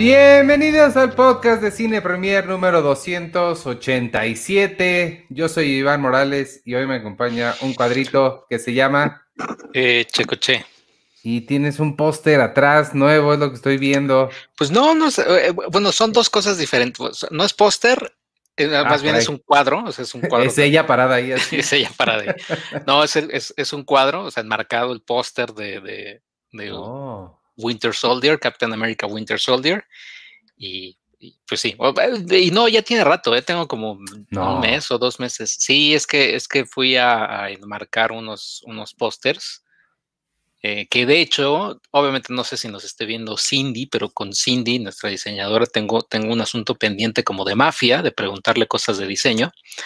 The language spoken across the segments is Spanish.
Bienvenidos al podcast de Cine Premier número 287. Yo soy Iván Morales y hoy me acompaña un cuadrito que se llama... Checoche. Y tienes un póster atrás nuevo, es lo que estoy viendo. Pues no, bueno, son dos cosas diferentes. No es póster, más bien Caray. es un cuadro, o sea, es un cuadro. Es ella parada ahí así. Es ella parada ahí. No, es un cuadro, o sea, enmarcado el póster de Oh. Winter Soldier, Captain America Winter Soldier. Y pues sí, y no, ya tiene rato, tengo como un No. mes o 2 meses. Sí, es que fui a enmarcar unos pósters. Que de hecho, obviamente no sé si nos esté viendo Cindy, pero con Cindy, nuestra diseñadora, tengo un asunto pendiente como de mafia, de preguntarle cosas de diseño.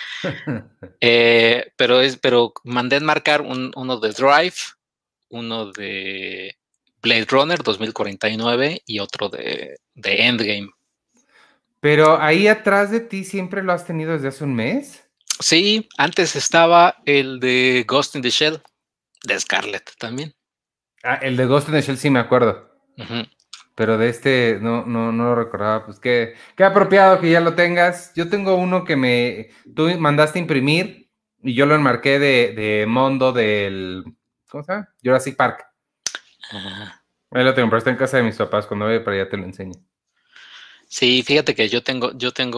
Pero mandé enmarcar uno de Drive, uno de Blade Runner 2049 y otro de Endgame. Pero ahí atrás de ti siempre lo has tenido desde hace un mes. Sí, antes estaba el de Ghost in the Shell, de Scarlett también. Ah, el de Ghost in the Shell sí me acuerdo. Uh-huh. Pero de este no lo recordaba. Pues qué apropiado que ya lo tengas. Yo tengo uno que tú mandaste imprimir y yo lo enmarqué de Mondo del, ¿cómo se llama? Jurassic Park. Uh-huh. Ahí lo tengo, pero está en casa de mis papás. Cuando vaya para allá te lo enseño. Sí, fíjate que yo tengo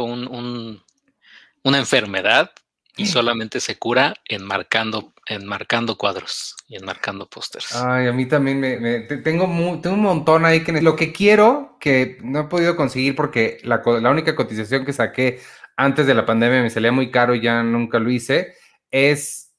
una enfermedad y solamente se cura enmarcando cuadros y enmarcando pósters. Ay, a mí también tengo un montón ahí que lo que quiero, que no he podido conseguir porque la única cotización que saqué antes de la pandemia me salía muy caro y ya nunca lo hice, es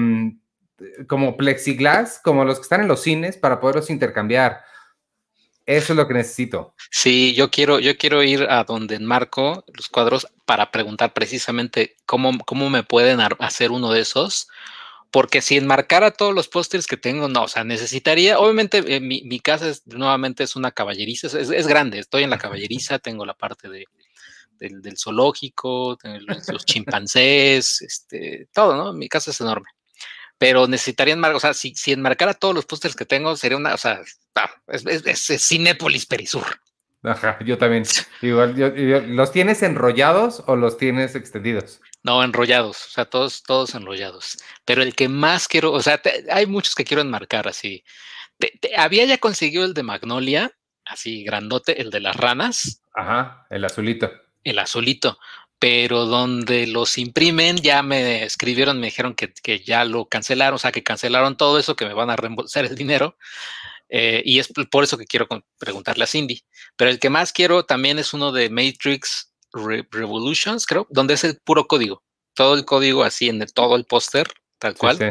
como plexiglass, como los que están en los cines para poderlos intercambiar. Eso es lo que necesito. Sí, yo quiero ir a donde enmarco los cuadros para preguntar precisamente cómo me pueden hacer uno de esos. Porque si enmarcara todos los pósters que tengo, no, o sea, necesitaría, obviamente mi casa nuevamente es una caballeriza, es grande, estoy en la caballeriza, tengo la parte del zoológico, tengo los chimpancés, todo, ¿no? Mi casa es enorme, pero necesitaría enmarcar, o sea, si enmarcara todos los pósters que tengo, sería una, o sea, es Cinépolis Perisur. Ajá, yo también. Igual, ¿los tienes enrollados o los tienes extendidos? No, enrollados, o sea, todos enrollados. Pero el que más quiero, o sea, hay muchos que quiero enmarcar así. Había ya conseguido el de Magnolia, así grandote, el de las ranas. Ajá, el azulito. El azulito, pero donde los imprimen ya me escribieron, me dijeron que ya lo cancelaron, o sea, que cancelaron todo eso, que me van a reembolsar el dinero. Y es por eso que quiero preguntarle a Cindy. Pero el que más quiero también es uno de Matrix Revolutions, creo, donde es el puro código. Todo el código así en todo el póster, tal Sí, cual. sí.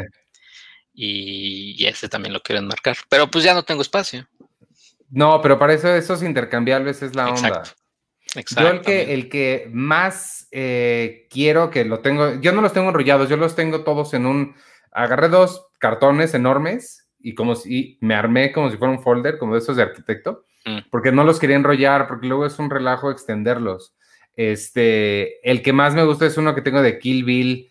Y ese también lo quiero enmarcar. Pero pues ya no tengo espacio. No, pero para eso esos intercambiables es la Exacto, onda. Yo exactamente. el que más quiero que lo tengo, yo no los tengo enrollados, yo los tengo todos agarré 2 cartones enormes y como si me armé como si fuera un folder, como de esos de arquitecto, porque no los quería enrollar, porque luego es un relajo extenderlos. El que más me gusta es uno que tengo de Kill Bill,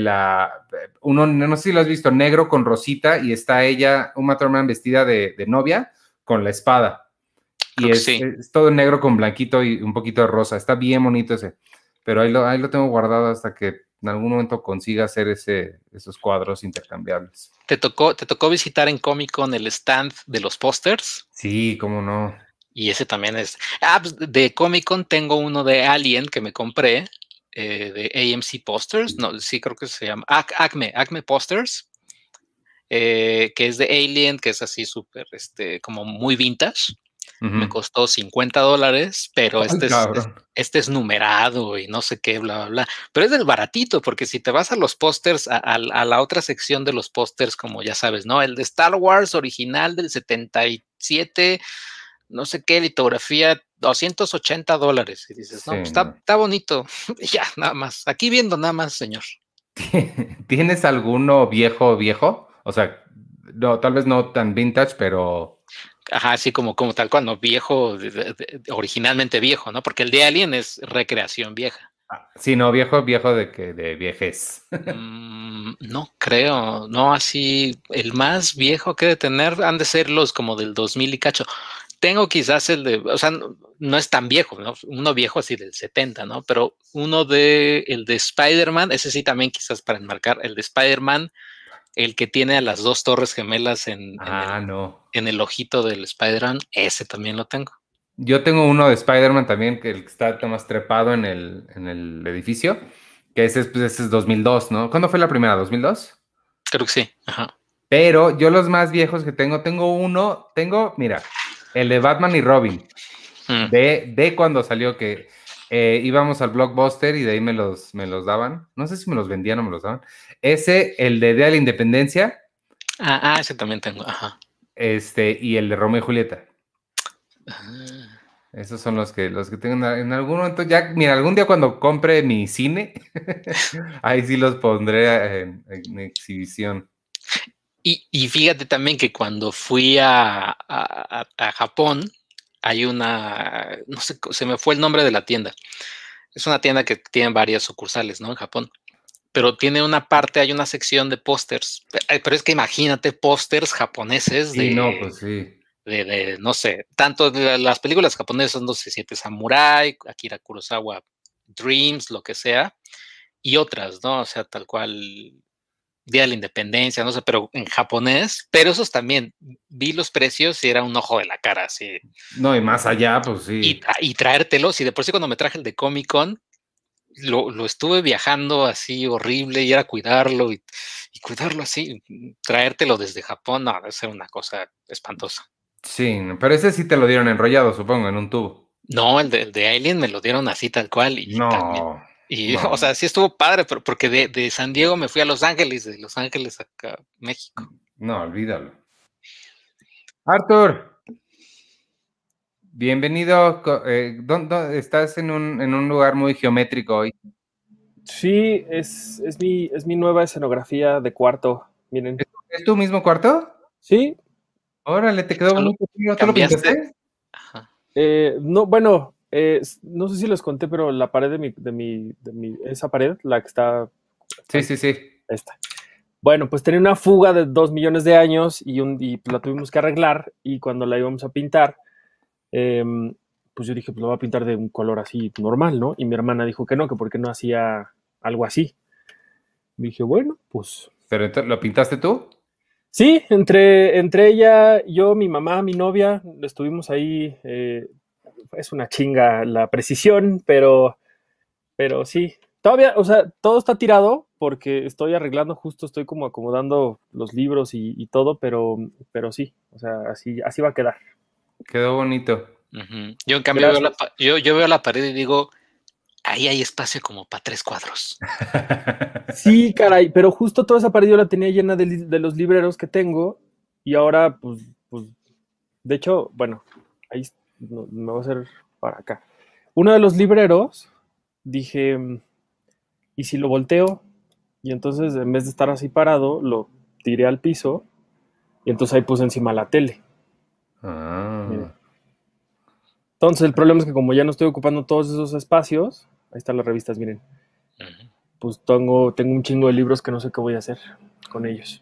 uno, no sé si lo has visto, negro con rosita y está ella, Uma Thurman vestida de novia con la espada. Creo Y que sí. es todo negro con blanquito y un poquito de rosa. Está bien bonito ese. Pero ahí lo tengo guardado hasta que en algún momento consiga hacer esos cuadros intercambiables. ¿Te tocó visitar en Comic Con el stand de los pósters? Sí, cómo no. Y ese también es. Pues de Comic Con tengo uno de Alien que me compré, de AMC Posters. No, sí, creo que se llama Acme Posters, que es de Alien, que es así súper, como muy vintage. Me costó $50, pero Ay, cabrón. este es numerado y no sé qué, bla, bla, bla. Pero es del baratito, porque si te vas a los pósters, a la otra sección de los pósters, como ya sabes, ¿no? El de Star Wars original del 77, no sé qué, litografía, $280. Y dices, Sí, no, pues no. está bonito. Ya, nada más. Aquí viendo nada más, señor. ¿Tienes alguno viejo, viejo? O sea, no, tal vez no tan vintage, pero... Ajá, así como tal cual, ¿no? Viejo, originalmente viejo, ¿no? Porque el de Alien es recreación vieja. Sí, no, viejo, viejo de viejez. No creo, no así, el más viejo que de tener han de ser los como del 2000 y cacho. tengo quizás el de, o sea, no es tan viejo, ¿no? Uno viejo así del 70, ¿no? Pero el de Spider-Man, ese sí también quizás para enmarcar, el de Spider-Man, el que tiene a las dos torres gemelas No. en el ojito del Spider-Man, ese también lo tengo. Yo tengo uno de Spider-Man también, que el que está más trepado en el edificio, que ese es 2002, ¿no? ¿Cuándo fue la primera? ¿2002? Creo que sí, ajá. Pero yo los más viejos que mira, el de Batman y Robin, Mm. de cuando salió que íbamos al Blockbuster y de ahí me los daban. No sé si me los vendían o me los daban. Ese, el de Día de la Independencia, Ese también tengo, ajá. y el de Romeo y Julieta. Ah. Esos son los que tengo en algún momento. Ya, mira, algún día cuando compre mi cine, ahí sí los pondré en exhibición. Y fíjate también que cuando fui a Japón, hay no sé, se me fue el nombre de la tienda. Es una tienda que tiene varias sucursales, ¿no? En Japón. Pero tiene una parte, hay una sección de pósters. Pero es que imagínate pósters japoneses Sí, no, pues sí. no sé, tanto de las películas japonesas, no sé, Siete Samurai, Akira Kurosawa, Dreams, lo que sea, y otras, ¿no? O sea, tal cual Día de la Independencia, no sé, pero en japonés, pero esos también, vi los precios y era un ojo de la cara, así. No, y más allá, pues sí. Y traértelos, y de por sí cuando me traje el de Comic Con, lo estuve viajando así horrible y era y cuidarlo así, traértelo desde Japón, no, debe ser una cosa espantosa. Sí, pero ese sí te lo dieron enrollado, supongo, en un tubo. No, el de Alien me lo dieron así tal cual y también. No, Y, o no, sea, sí estuvo padre, pero porque de San Diego me fui a Los Ángeles, de Los Ángeles acá, México. no, olvídalo. Arthur, bienvenido. Estás en un lugar muy geométrico hoy. Sí, es mi nueva escenografía de cuarto. Miren. ¿Es tu mismo cuarto? Sí, Órale, te quedó Solo bonito, tío. ¿Tú lo cambiaste. pintaste? Ajá. no, bueno, no sé si les conté, pero la pared esa pared, la que está, Sí, sí, sí. esta. Bueno, pues tenía una fuga de 2 millones de años y pues la tuvimos que arreglar y cuando la íbamos a pintar, pues yo dije, pues lo voy a pintar de un color así normal, ¿no? Y mi hermana dijo que no, que por qué no hacía algo así. Dije, bueno, pues ¿Pero lo pintaste tú? sí, entre ella, yo, mi mamá, mi novia, estuvimos ahí. Es una chinga la precisión, pero sí. Todavía, o sea, todo está tirado porque estoy arreglando, justo estoy como acomodando los libros y todo, pero sí, o sea, así va a quedar. Quedó bonito. Uh-huh. Yo en cambio Gracias. yo veo la pared y digo, ahí hay espacio como para 3 cuadros. Sí, caray, pero justo toda esa pared yo la tenía llena de los libreros que tengo y ahora, pues, de hecho, bueno, ahí me voy a hacer para acá. Uno de los libreros, dije, ¿y si lo volteo? Y entonces, en vez de estar así parado, lo tiré al piso y entonces ahí puse encima la tele. Miren. Ah. Entonces, el problema es que como ya no estoy ocupando todos esos espacios, ahí están las revistas, miren, Uh-huh. pues tengo un chingo de libros que no sé qué voy a hacer con ellos.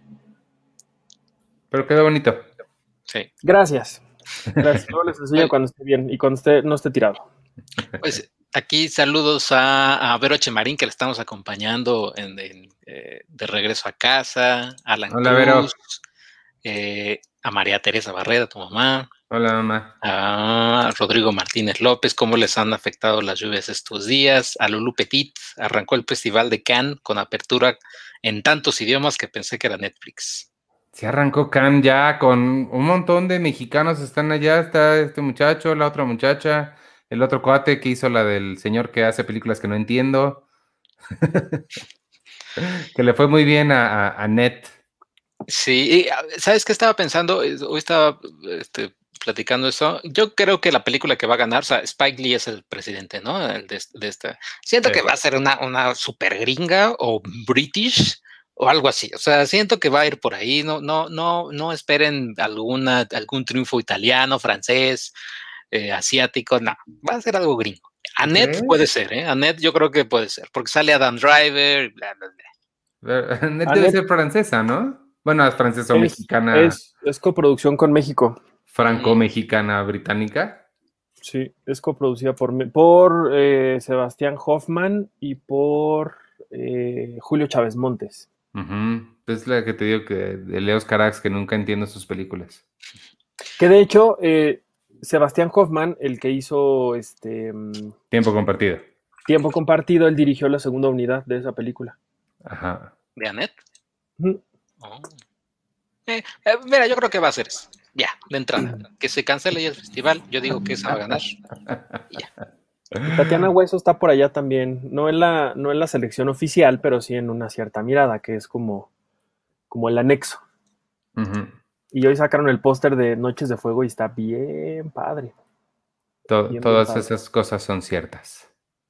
Pero quedó bonito. Sí. Gracias. Luego les enseño cuando esté bien y cuando no esté tirado. Pues aquí saludos a Vero Chemarín, que le estamos acompañando de regreso a casa, Alan Hola, Vero. Cruz, a María Teresa Barrera, tu mamá, Hola, mamá. a Rodrigo Martínez López, cómo les han afectado las lluvias estos días, a Lulu Petit, arrancó el Festival de Cannes con apertura en tantos idiomas que pensé que era Netflix. Se arrancó Cannes ya con un montón de mexicanos están allá. Está este muchacho, la otra muchacha, el otro cuate que hizo la del señor que hace películas que no entiendo. Que le fue muy bien a Net. Sí, ¿sabes qué estaba pensando? Hoy estaba platicando eso. Yo creo que la película que va a ganar, o sea, Spike Lee es el presidente, ¿no? El de esta. Siento que va a ser una super gringa o British o algo así. O sea, siento que va a ir por ahí. No esperen algún triunfo italiano, francés, asiático. No, va a ser algo gringo. Annette puede ser, ¿eh? Annette yo creo que puede ser, porque sale Adam Driver, bla, bla, bla. Annette debe ser francesa, ¿no? Bueno, es francesa o mexicana. Es coproducción con México. franco-mexicana británica. Sí, es coproducida por Sebastián Hoffman y por Julio Chávez Montes. Es la que te digo que de Leos Carax, que nunca entiendo sus películas. Que de hecho, Sebastián Hoffman, el que hizo Tiempo compartido. Tiempo Compartido, él dirigió la segunda unidad de esa película. Ajá. ¿De Annette? Ujú. Oh. Mira, yo creo que va a ser eso. Ya, de entrada. Que se cancele ya el festival. Yo digo que esa va a ganar. Y ya. Y Tatiana Hueso está por allá también, no en la selección oficial, pero sí en una cierta mirada, que es como el anexo. Ujú. Y hoy sacaron el póster de Noches de Fuego y está bien padre. Todas padre. esas cosas son ciertas.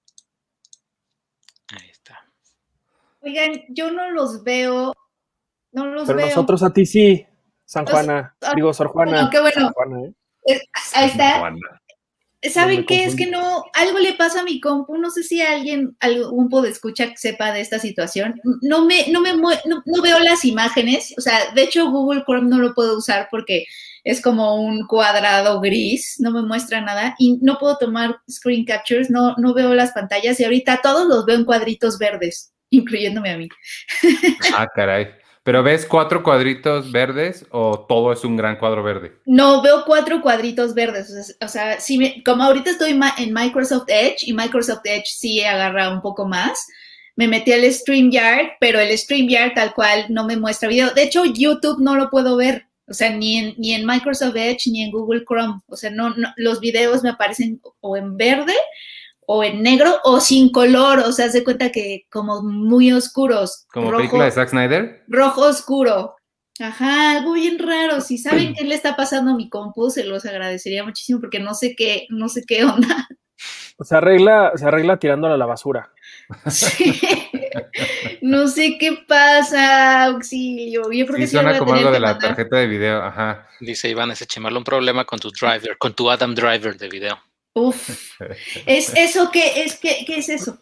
Ahí está. Oigan, yo no los veo. No los Pero veo. nosotros a ti sí, San Juana. Digo, Sor Juana. Bueno, qué bueno. San Juana, ¿eh? Ahí está. Juana. ¿Saben me qué? Es confundí. que no, algo le pasa a mi compu. No sé si algún podescucha que sepa de esta situación. No veo las imágenes. O sea, de hecho, Google Chrome no lo puedo usar porque es como un cuadrado gris, no me muestra nada y no puedo tomar screen captures, no veo las pantallas y ahorita todos los veo en cuadritos verdes, incluyéndome a mí. Ah, caray. ¿Pero ves 4 cuadritos verdes o todo es un gran cuadro verde? No, veo 4 cuadritos verdes. O sea como ahorita estoy en Microsoft Edge y Microsoft Edge sí agarra un poco más. Me metí al StreamYard, pero el StreamYard tal cual no me muestra video. De hecho, YouTube no lo puedo ver. O sea, ni en Microsoft Edge ni en Google Chrome. O sea, no, los videos me aparecen o en verde o en negro o sin color. O sea, se cuenta que como muy oscuros. ¿Como película de Zack Snyder? Rojo oscuro. Ajá, algo bien raro. Si saben qué le está pasando a mi compu, se los agradecería muchísimo porque no sé qué onda. Se arregla tirándola a la basura. Sí. No sé qué pasa, auxilio. Yo creo que sí suena como algo de la tarjeta de video, ajá. Dice Iván, ese Chimarlo, un problema con tu driver, con tu Adam Driver de video. Uf. ¿Es eso qué es eso?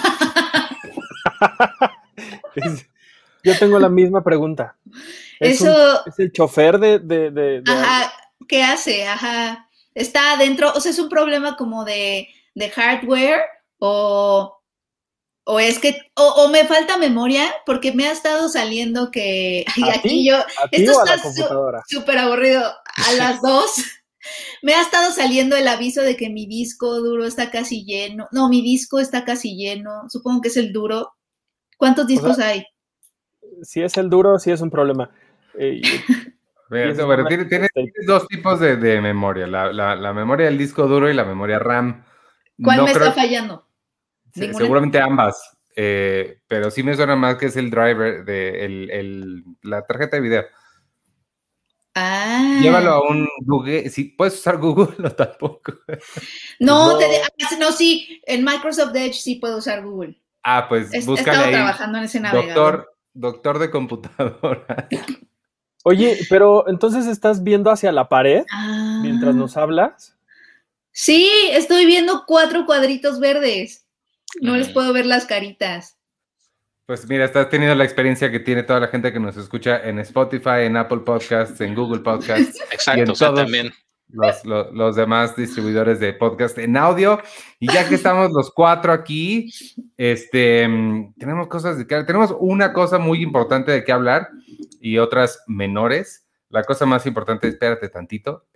Yo tengo la misma pregunta. ¿Es el chofer de Ajá, ¿qué hace? Ajá. Está adentro, o sea, es un problema como de hardware o es que o me falta memoria porque me ha estado saliendo que esto está súper aburrido a las 2. Me ha estado saliendo el aviso de que mi disco duro está casi lleno. No, mi disco está casi lleno. Supongo que es el duro. ¿Cuántos discos hay? Si es el duro, sí es un problema. Bueno, tiene 2 tipos de memoria. La memoria del disco duro y la memoria RAM. ¿Cuál me está fallando? Seguramente ambas. Pero sí me suena más que es el driver de la tarjeta de video. Ah. Llévalo a un Google. Si puedes usar Google o tampoco. No, sí, en Microsoft Edge sí puedo usar Google. Ah, pues búscale ahí. Trabajando en ese navegador. Doctor de computadora. Oye, pero entonces estás viendo hacia la pared mientras nos hablas. Sí, estoy viendo 4 cuadritos verdes. No les puedo ver las caritas. Pues mira, estás teniendo la experiencia que tiene toda la gente que nos escucha en Spotify, en Apple Podcasts, en Google Podcasts. Exacto, y en todos también. Los demás distribuidores de podcast en audio. Y ya que estamos los 4 aquí, tenemos una cosa muy importante de qué hablar y otras menores. La cosa más importante, espérate tantito.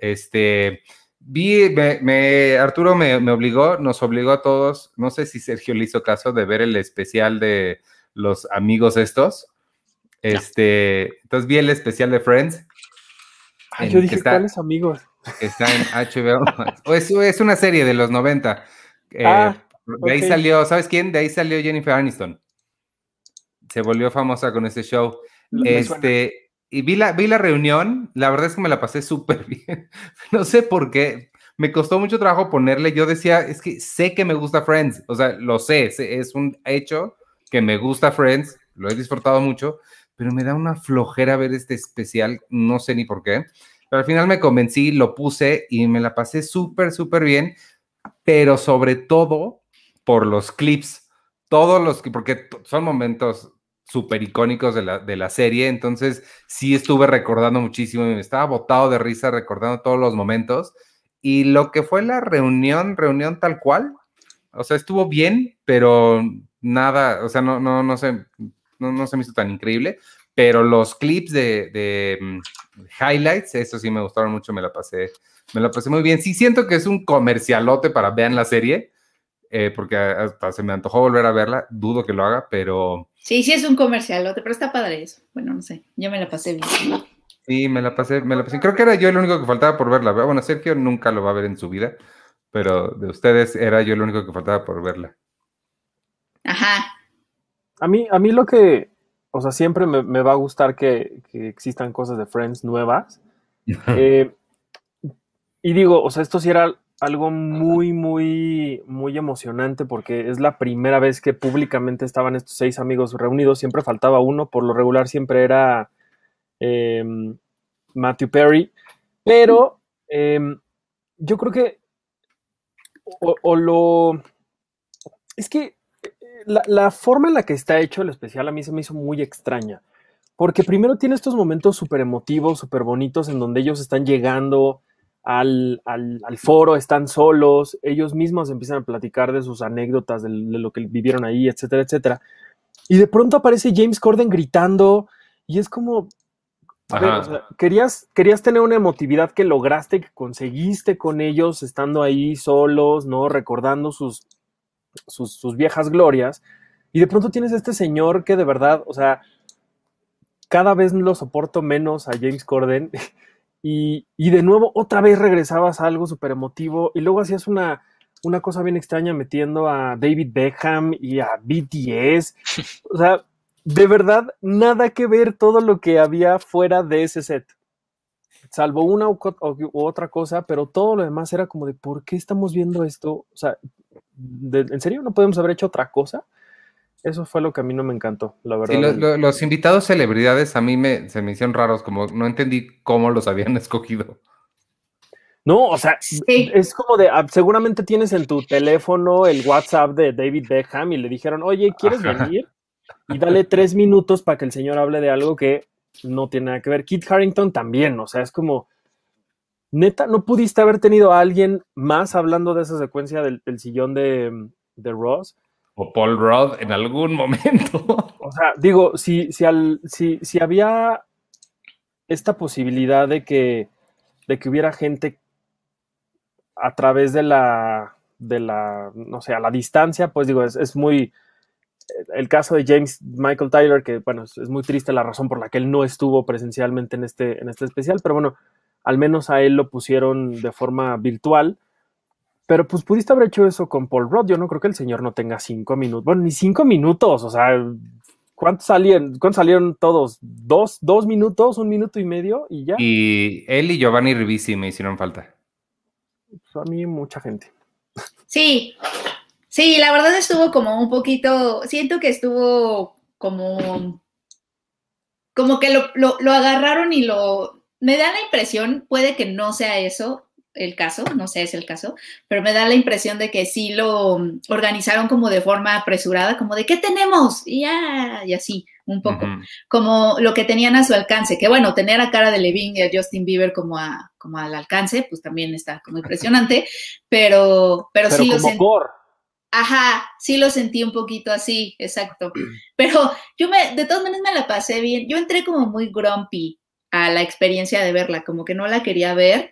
Arturo nos obligó a todos, no sé si Sergio le hizo caso, de ver el especial de los amigos estos. Entonces vi el especial de Friends. Yo dije, ¿cuáles amigos? Está en HBO. Es una serie de los 90. De ahí salió, ¿sabes quién? De ahí salió Jennifer Aniston. Se volvió famosa con ese show. Y vi la reunión. La verdad es que me la pasé súper bien. No sé por qué. Me costó mucho trabajo ponerle. Yo decía, es que sé que me gusta Friends. O sea, lo sé. Es un hecho que me gusta Friends. Lo he disfrutado mucho. Pero me da una flojera ver este especial. No sé ni por qué. Pero al final me convencí, lo puse y me la pasé súper, súper bien, pero sobre todo por los clips, porque son momentos súper icónicos de la serie, entonces sí estuve recordando muchísimo, y me estaba botado de risa recordando todos los momentos, y lo que fue la reunión tal cual, o sea, estuvo bien, pero nada, o sea, no se me hizo tan increíble, pero los clips de highlights, eso sí me gustaron mucho, me la pasé muy bien. Sí siento que es un comercialote para vean la serie, porque hasta se me antojó volver a verla, dudo que lo haga, pero... Sí, es un comercialote, pero está padre eso. Bueno, no sé, yo me la pasé bien. Sí, me la pasé. Creo que era yo el único que faltaba por verla. Bueno, Sergio nunca lo va a ver en su vida, pero de ustedes era yo el único que faltaba por verla. Ajá. A mí lo que, o sea, siempre me va a gustar que existan cosas de Friends nuevas. Y digo, o sea, esto sí era algo muy, muy, muy emocionante porque es la primera vez que públicamente estaban estos 6 amigos reunidos. Siempre faltaba uno, por lo regular siempre era Matthew Perry, pero yo creo que es que la forma en la que está hecho el especial a mí se me hizo muy extraña, porque primero tiene estos momentos súper emotivos, súper bonitos, en donde ellos están llegando al foro, están solos, ellos mismos empiezan a platicar de sus anécdotas, de lo que vivieron ahí, etcétera, etcétera. Y de pronto aparece James Corden gritando, y es como, a ver, o sea, querías tener una emotividad que lograste, que conseguiste con ellos, estando ahí solos, ¿no? Recordando sus viejas glorias, y de pronto tienes a este señor que de verdad, o sea, cada vez lo soporto menos a James Corden, y de nuevo otra vez regresabas a algo súper emotivo, y luego hacías una cosa bien extraña metiendo a David Beckham y a BTS, o sea, de verdad, nada que ver todo lo que había fuera de ese set, salvo una u otra cosa, pero todo lo demás era como de, ¿por qué estamos viendo esto? O sea, ¿en serio no podemos haber hecho otra cosa? Eso fue lo que a mí no me encantó, la verdad. Sí, los invitados celebridades a mí se me hicieron raros, como no entendí cómo los habían escogido. No, o sea, sí. Es como de, seguramente tienes en tu teléfono el WhatsApp de David Beckham y le dijeron, oye, ¿quieres venir? Y dale 3 minutos para que el señor hable de algo que no tiene nada que ver. Kit Harington también, o sea, es como, neta, ¿no pudiste haber tenido a alguien más hablando de esa secuencia del sillón de Ross? O Paul Rudd en algún momento. O sea, digo, si había esta posibilidad de que hubiera gente a través de la, no sé, a la distancia, pues digo, es muy, el caso de James Michael Tyler, que bueno, es muy triste la razón por la que él no estuvo presencialmente en este especial, pero bueno, al menos a él lo pusieron de forma virtual. Pero pues pudiste haber hecho eso con Paul Rudd. Yo no creo que el señor no tenga 5 minutos. Bueno, ni 5 minutos. O sea, ¿cuántos salieron todos? ¿2 minutos? ¿1 minuto y medio? Y ya. Y él y Giovanni Ribisi me hicieron falta. Pues a mí mucha gente. Sí, la verdad estuvo como un poquito, siento que estuvo como que lo agarraron y me da la impresión, puede que no sea eso el caso, no sé, es el caso, pero me da la impresión de que sí lo organizaron como de forma apresurada, como de ¿qué tenemos? Y así, un poco, como lo que tenían a su alcance, que bueno, tener a Cara Delevingne y a Justin Bieber como al alcance, pues también está como impresionante, pero sí lo sentí. Ajá, sí lo sentí un poquito así, exacto. Pero de todas maneras me la pasé bien. Yo entré como muy grumpy a la experiencia de verla, como que no la quería ver.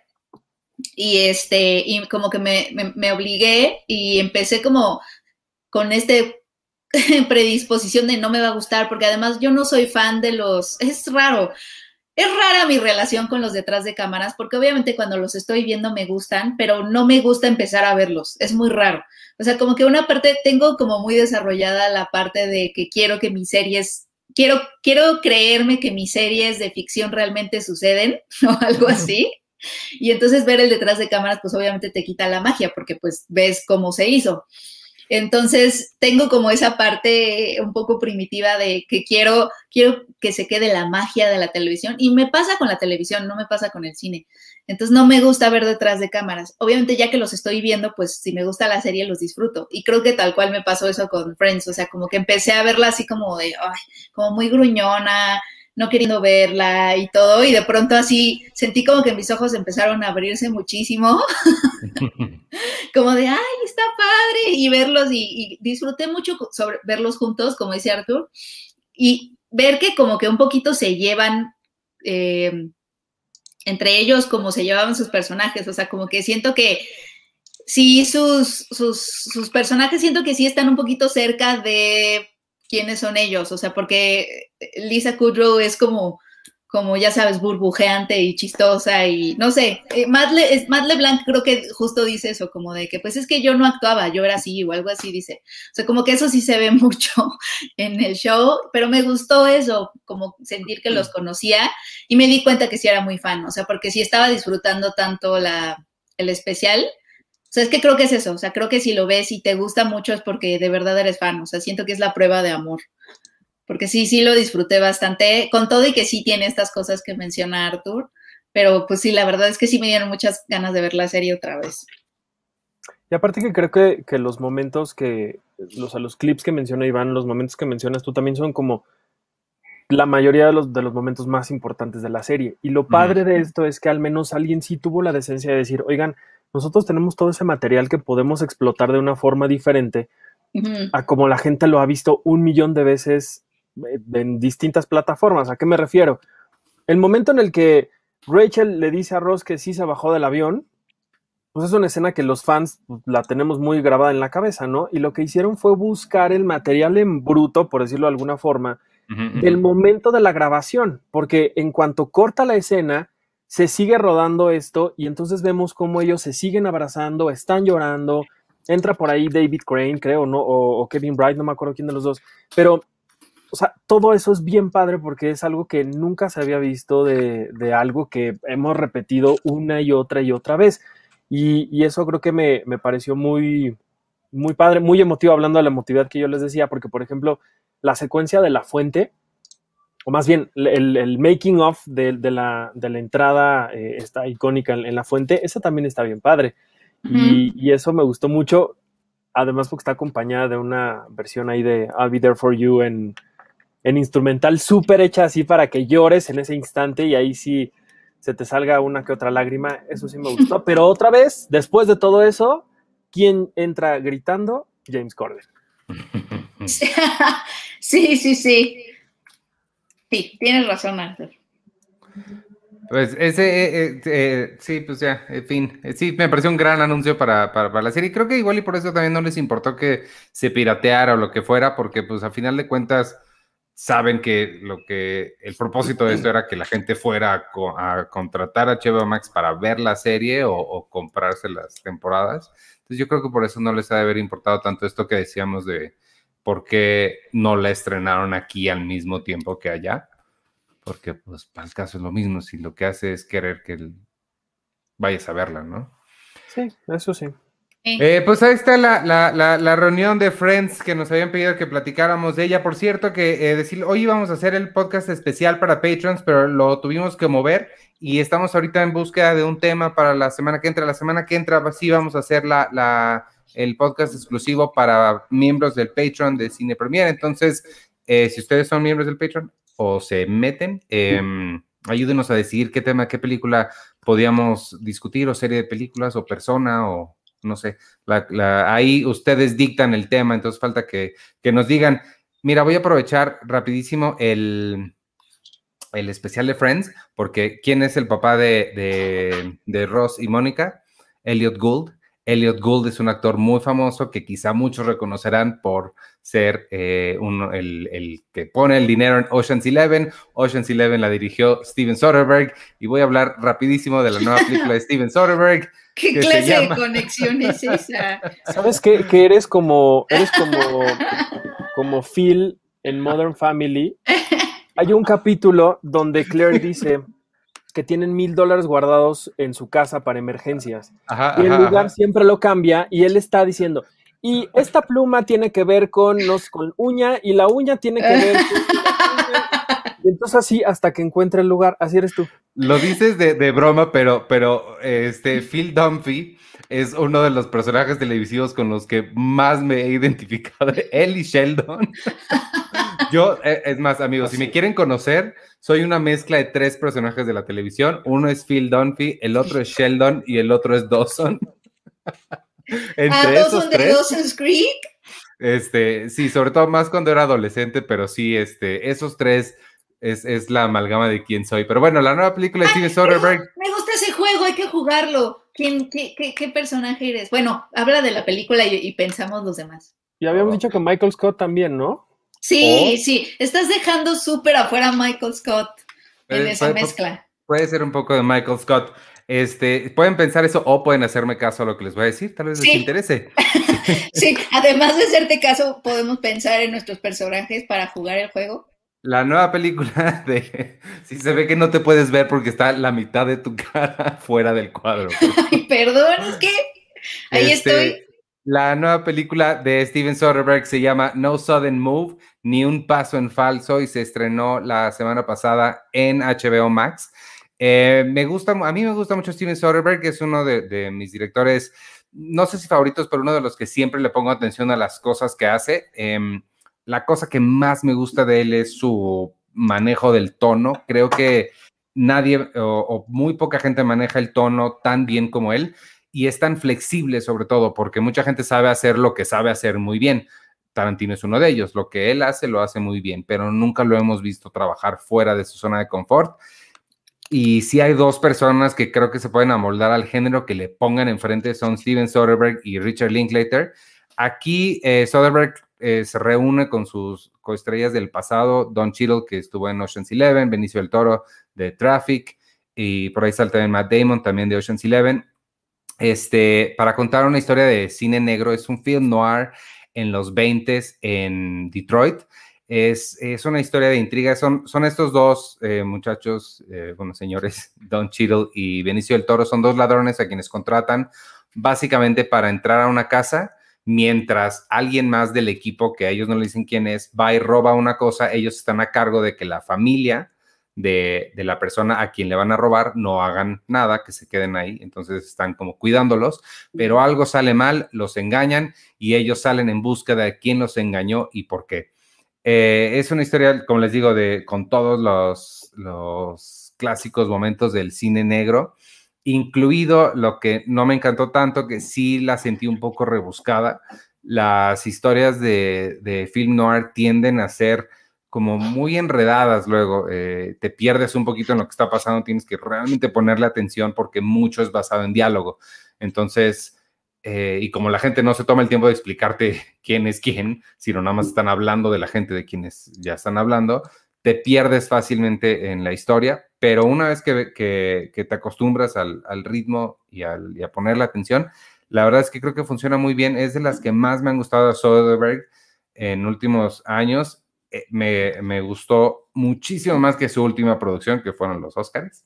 Y como que me obligué y empecé como con predisposición de no me va a gustar, porque además yo no soy fan de es rara mi relación con los detrás de cámaras, porque obviamente cuando los estoy viendo me gustan, pero no me gusta empezar a verlos, es muy raro. O sea, como que una parte, tengo como muy desarrollada la parte de que quiero que mis series, quiero creerme que mis series de ficción realmente suceden, o algo así. Y entonces ver el detrás de cámaras, pues obviamente te quita la magia, porque pues ves cómo se hizo. Entonces tengo como esa parte un poco primitiva de que quiero que se quede la magia de la televisión, y me pasa con la televisión, no me pasa con el cine. Entonces no me gusta ver detrás de cámaras. Obviamente ya que los estoy viendo, pues si me gusta la serie los disfruto. Y creo que tal cual me pasó eso con Friends. O sea, como que empecé a verla así como de, ay, como muy gruñona, no queriendo verla y todo. Y de pronto así sentí como que mis ojos empezaron a abrirse muchísimo. Como de, ay, está padre. Y verlos y disfruté mucho sobre verlos juntos, como dice Arthur. Y ver que como que un poquito se llevan... entre ellos como se llevaban sus personajes, o sea, como que siento que sí sus personajes siento que sí están un poquito cerca de quiénes son ellos, o sea, porque Lisa Kudrow es como ya sabes, burbujeante y chistosa y no sé, Matt LeBlanc creo que justo dice eso, como de que pues es que yo no actuaba, yo era así o algo así dice, o sea, como que eso sí se ve mucho en el show, pero me gustó eso, como sentir que los conocía y me di cuenta que sí era muy fan, o sea, porque sí estaba disfrutando tanto el especial, o sea, es que creo que es eso, o sea, creo que si lo ves y te gusta mucho es porque de verdad eres fan, o sea, siento que es la prueba de amor. Porque sí lo disfruté bastante, con todo y que sí tiene estas cosas que menciona Arthur, pero pues sí, la verdad es que sí me dieron muchas ganas de ver la serie otra vez. Y aparte que creo que los momentos los clips que menciona Iván, los momentos que mencionas tú también son como la mayoría de los momentos más importantes de la serie. Y lo padre de esto es que al menos alguien sí tuvo la decencia de decir, oigan, nosotros tenemos todo ese material que podemos explotar de una forma diferente a como la gente lo ha visto 1,000,000 de veces en distintas plataformas. ¿A qué me refiero? El momento en el que Rachel le dice a Ross que sí se bajó del avión, pues es una escena que los fans la tenemos muy grabada en la cabeza, ¿no? Y lo que hicieron fue buscar el material en bruto, por decirlo de alguna forma, del momento de la grabación, porque en cuanto corta la escena, se sigue rodando esto y entonces vemos cómo ellos se siguen abrazando, están llorando, entra por ahí David Crane, creo, ¿no? O Kevin Bright, no me acuerdo quién de los dos, pero o sea, todo eso es bien padre porque es algo que nunca se había visto de algo que hemos repetido una y otra vez. Y eso creo que me pareció muy, muy padre, muy emotivo, hablando de la emotividad que yo les decía, porque, por ejemplo, la secuencia de la fuente, o más bien el making of de la entrada esta icónica en la fuente, esa también está bien padre. Y eso me gustó mucho, además porque está acompañada de una versión ahí de I'll Be There For You en instrumental súper hecha así para que llores en ese instante y ahí sí se te salga una que otra lágrima. Eso sí me gustó. Pero otra vez, después de todo eso, ¿quién entra gritando? James Corden. Sí. Sí, tienes razón, Arthur. Pues sí, pues ya, en fin. Sí, me pareció un gran anuncio para la serie. Creo que igual y por eso también no les importó que se pirateara o lo que fuera, porque pues a final de cuentas saben que el propósito de esto era que la gente fuera a contratar a HBO Max para ver la serie o comprarse las temporadas. Entonces yo creo que por eso no les ha de haber importado tanto esto que decíamos de por qué no la estrenaron aquí al mismo tiempo que allá. Porque pues para el caso es lo mismo, si lo que hace es querer que vayas a verla, ¿no? Sí, eso sí. Pues ahí está la reunión de Friends que nos habían pedido que platicáramos de ella. Por cierto, que decir, hoy íbamos a hacer el podcast especial para Patrons, pero lo tuvimos que mover y estamos ahorita en búsqueda de un tema para la semana que entra. La semana que entra sí vamos a hacer el podcast exclusivo para miembros del Patreon de Cine Premier. Entonces, si ustedes son miembros del Patreon o se meten, ayúdenos a decidir qué tema, qué película podíamos discutir, o serie de películas, o persona, o no sé, ahí ustedes dictan el tema, entonces falta que nos digan. Mira, voy a aprovechar rapidísimo el especial de Friends, porque ¿quién es el papá de Ross y Mónica? Elliot Gould. Elliot Gould es un actor muy famoso que quizá muchos reconocerán por ser el que pone el dinero en Ocean's 11. Ocean's 11 la dirigió Steven Soderbergh, y voy a hablar rapidísimo de la nueva película de Steven Soderbergh. ¿Qué clase de conexión es esa? ¿Sabes qué? Que eres como Phil en Modern Family. Hay un capítulo donde Claire dice que tienen $1,000 guardados en su casa para emergencias. Y el lugar siempre lo cambia y él está diciendo, y esta pluma tiene que ver con uña, y la uña tiene que ver con... Y entonces así hasta que encuentre el lugar, así eres tú. Lo dices de broma, pero Phil Dunphy es uno de los personajes televisivos con los que más me he identificado. Él y Sheldon. Yo, es más, amigos, si me quieren conocer, soy una mezcla de 3 personajes de la televisión. Uno es Phil Dunphy, el otro es Sheldon y el otro es Dawson. Entre ¿todos esos son de 3, Dawson's Creek? sí, sobre todo más cuando era adolescente, pero sí, esos 3 es la amalgama de quién soy. Pero bueno, la nueva película de Steven Soderbergh. Me gusta ese juego, hay que jugarlo. ¿Qué personaje eres? Bueno, habla de la película y pensamos los demás. Y habíamos dicho que Michael Scott también, ¿no? Sí, sí, estás dejando súper afuera a Michael Scott en esa mezcla. Puede ser un poco de Michael Scott. Pueden pensar eso o pueden hacerme caso a lo que les voy a decir, tal vez les interese. Sí, además de hacerte caso, podemos pensar en nuestros personajes para jugar el juego. La nueva película sí se ve que no te puedes ver porque está la mitad de tu cara fuera del cuadro. Ay, perdón, es que ahí estoy. La nueva película de Steven Soderbergh se llama No Sudden Move, ni un paso en falso, y se estrenó la semana pasada en HBO Max. A mí me gusta mucho Steven Soderbergh, que es uno de mis directores, no sé si favoritos, pero uno de los que siempre le pongo atención a las cosas que hace. La cosa que más me gusta de él es su manejo del tono. Creo que nadie o muy poca gente maneja el tono tan bien como él, y es tan flexible sobre todo, porque mucha gente sabe hacer lo que sabe hacer muy bien. Tarantino es uno de ellos. Lo que él hace, lo hace muy bien, pero nunca lo hemos visto trabajar fuera de su zona de confort. Y sí hay 2 personas que creo que se pueden amoldar al género que le pongan enfrente, son Steven Soderbergh y Richard Linklater. Aquí Soderbergh se reúne con sus coestrellas del pasado, Don Cheadle, que estuvo en Ocean's 11, Benicio del Toro de Traffic, y por ahí salta también Matt Damon, también de Ocean's 11, para contar una historia de cine negro. Es un film noir en los 20s en Detroit. Es una historia de intriga. Son estos 2 muchachos, señores, Don Cheadle y Benicio del Toro, son 2 ladrones a quienes contratan básicamente para entrar a una casa, mientras alguien más del equipo, que a ellos no le dicen quién es, va y roba una cosa. Ellos están a cargo de que la familia de la persona a quien le van a robar no hagan nada, que se queden ahí. Entonces están como cuidándolos, pero algo sale mal, los engañan y ellos salen en búsqueda de quién los engañó y por qué. Es una historia, como les digo, con todos los clásicos momentos del cine negro, incluido lo que no me encantó tanto, que sí la sentí un poco rebuscada. Las historias de film noir tienden a ser como muy enredadas luego. Te pierdes un poquito en lo que está pasando, tienes que realmente ponerle atención porque mucho es basado en diálogo. Entonces, y como la gente no se toma el tiempo de explicarte quién es quién, sino nada más están hablando de la gente de quienes ya están hablando, te pierdes fácilmente en la historia, pero una vez que te acostumbras al ritmo y a ponerle atención, la verdad es que creo que funciona muy bien. Es de las que más me han gustado de Soderbergh en últimos años. Me gustó muchísimo más que su última producción, que fueron los Oscars.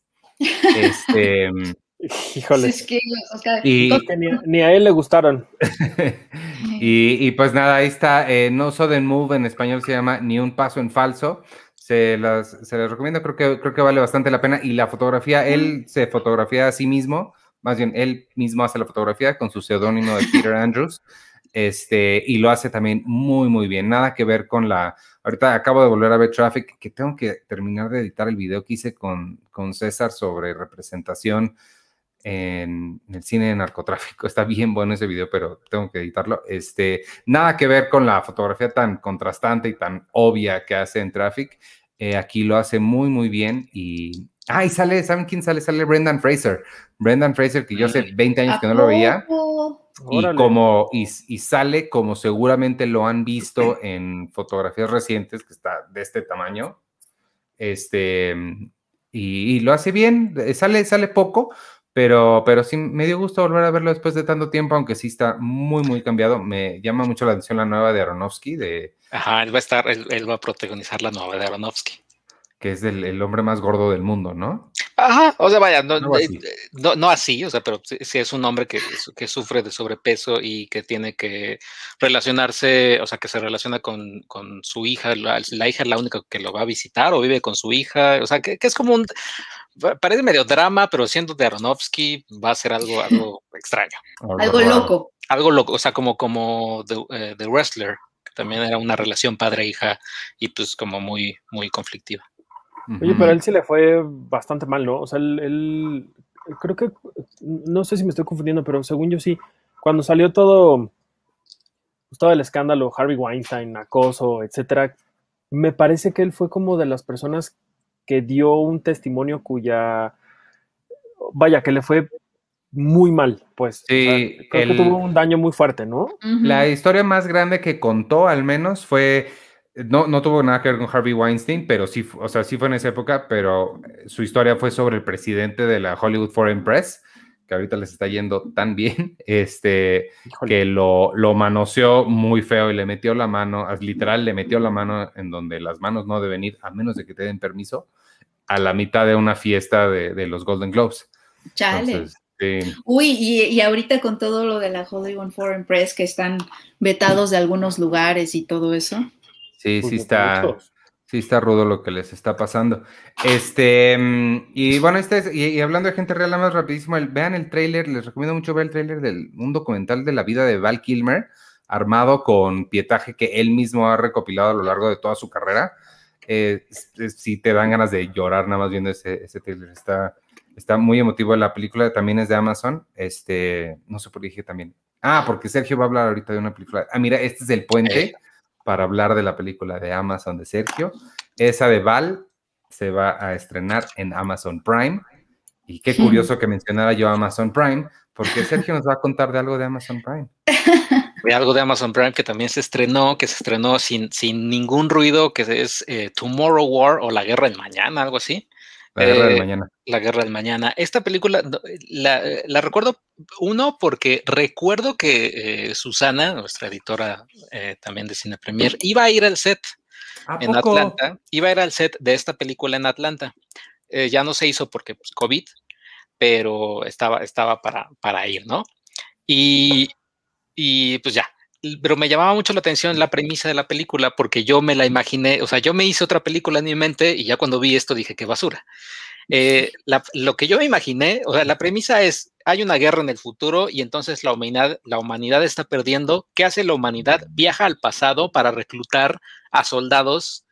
Híjole. Es que los Oscars... ni a él le gustaron. y pues nada, ahí está. No Sudden Move, en español se llama Ni un paso en falso. Se les recomiendo, creo que vale bastante la pena. Y la fotografía, él se fotografía a sí mismo, más bien él mismo hace la fotografía con su seudónimo de Peter Andrews. Y lo hace también muy, muy bien. Nada que ver con ahorita acabo de volver a ver Traffic, que tengo que terminar de editar el video que hice con César sobre representación en el cine de narcotráfico. Está bien bueno ese video, pero tengo que editarlo. Nada que ver con la fotografía tan contrastante y tan obvia que hace en Traffic. Aquí lo hace muy, muy bien. Y ¿saben quién sale? Sale Brendan Fraser. Brendan Fraser, que yo hace 20 años que no lo veía. Y sale como seguramente lo han visto en fotografías recientes, que está de este tamaño. Y lo hace bien. Sale poco, pero sí me dio gusto volver a verlo después de tanto tiempo, aunque sí está muy, muy cambiado. Me llama mucho la atención la nueva de Aronofsky. Ajá, él va a protagonizar la nueva de Aronofsky. que es el hombre más gordo del mundo, ¿no? Ajá, o sea, vaya, no, Algo así. no así, o sea, pero sí es un hombre que sufre de sobrepeso y que tiene que relacionarse, o sea, que se relaciona con su hija, la hija es la única que lo va a visitar o vive con su hija, o sea, que es como parece medio drama, pero siendo de Aronofsky va a ser algo extraño. Algo loco. Algo loco, o sea, como The Wrestler, que también era una relación padre-hija y pues como muy, muy conflictiva. Oye, pero a él se le fue bastante mal, ¿no? O sea, él creo que, no sé si me estoy confundiendo, pero según yo sí, cuando salió todo el escándalo, Harvey Weinstein, acoso, etcétera, me parece que él fue como de las personas que dio un testimonio vaya, que le fue muy mal, pues. Sí, o sea, creo que tuvo un daño muy fuerte, ¿no? La historia más grande que contó, al menos, fue, no tuvo nada que ver con Harvey Weinstein, pero sí, o sea, sí fue en esa época, pero su historia fue sobre el presidente de la Hollywood Foreign Press, que ahorita les está yendo tan bien, que lo manoseó muy feo y le metió la mano, literal, le metió la mano en donde las manos no deben ir, a menos de que te den permiso, a la mitad de una fiesta de los Golden Globes. Chale. Entonces, uy, y ahorita con todo lo de la Hollywood Foreign Press, que están vetados de algunos lugares y todo eso. Sí, Pues sí está rudo lo que les está pasando. Y bueno, y hablando de gente real, nada más rapidísimo, vean el tráiler, les recomiendo mucho ver el tráiler de un documental de la vida de Val Kilmer, armado con pietaje que él mismo ha recopilado a lo largo de toda su carrera. Sí te dan ganas de llorar nada más viendo ese tráiler, está muy emotivo. La película también es de Amazon, no sé por qué dije también. Porque Sergio va a hablar ahorita de una película. Mira, este es el puente para hablar de la película de Amazon de Sergio. Esa de Val se va a estrenar en Amazon Prime. Y qué curioso que mencionara yo Amazon Prime, porque Sergio nos va a contar de algo de Amazon Prime. De algo de Amazon Prime que también se estrenó sin ningún ruido, que es Tomorrow War o La Guerra del Mañana, algo así. La Guerra del Mañana. La Guerra del Mañana. Esta película la recuerdo, porque recuerdo que Susana, nuestra editora también de Cine Premier, iba a ir al set en Atlanta. Iba a ir al set de esta película en Atlanta. Ya no se hizo porque pues, COVID, pero estaba para ir, ¿no? Y pues ya. Pero me llamaba mucho la atención la premisa de la película porque yo me la imaginé, o sea, yo me hice otra película en mi mente y ya cuando vi esto dije, qué basura. Lo que yo me imaginé, o sea, la premisa es, hay una guerra en el futuro y entonces la humanidad está perdiendo. ¿Qué hace la humanidad? Viaja al pasado para reclutar a soldados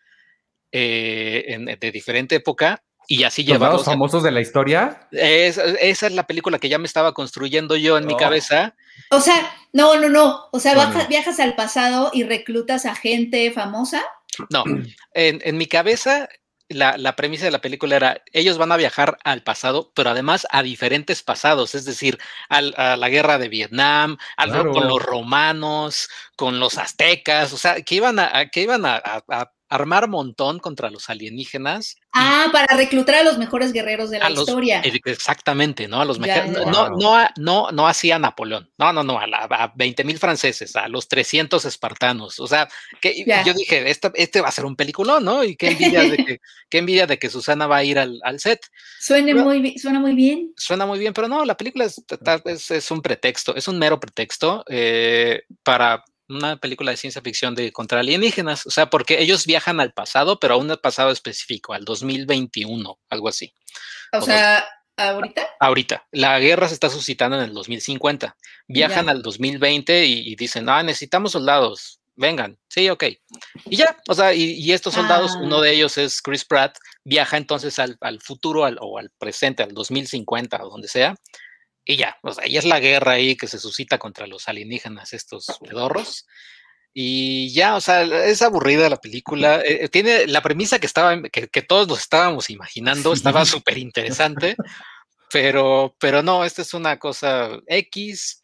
de diferente época y así llevarlos. ¿Soldados famosos de la historia? Esa es la película que ya me estaba construyendo yo en mi cabeza. O sea, no. O sea, viajas al pasado y reclutas a gente famosa. No, en mi cabeza la premisa de la película era, ellos van a viajar al pasado, pero además a diferentes pasados, es decir, a la guerra de Vietnam, con los romanos, con los aztecas, o sea, que iban a armar montón contra los alienígenas. Para reclutar a los mejores guerreros de la historia. Exactamente, ¿no? A los no así a Napoleón, no, a 20,000 franceses, a los 300 espartanos, o sea, que yo dije, este va a ser un peliculón, ¿no? Y qué envidia de que Susana va a ir al set. Suena muy bien. Suena muy bien, pero no, la película es un pretexto, es un mero pretexto para una película de ciencia ficción contra alienígenas, o sea, porque ellos viajan al pasado, pero a un pasado específico, al 2021, algo así. O sea, ¿ahorita? Ahorita. La guerra se está suscitando en el 2050. Viajan al 2020 y dicen, necesitamos soldados, vengan, sí, ok. Y ya, o sea, y estos soldados, uno de ellos es Chris Pratt, viaja entonces al futuro o al presente, al 2050 o donde sea, y ya, o sea, ya es la guerra ahí que se suscita contra los alienígenas, estos pedorros. Y ya, o sea, es aburrida la película. Tiene la premisa que todos nos estábamos imaginando, estaba súper interesante, pero no, esta es una cosa X.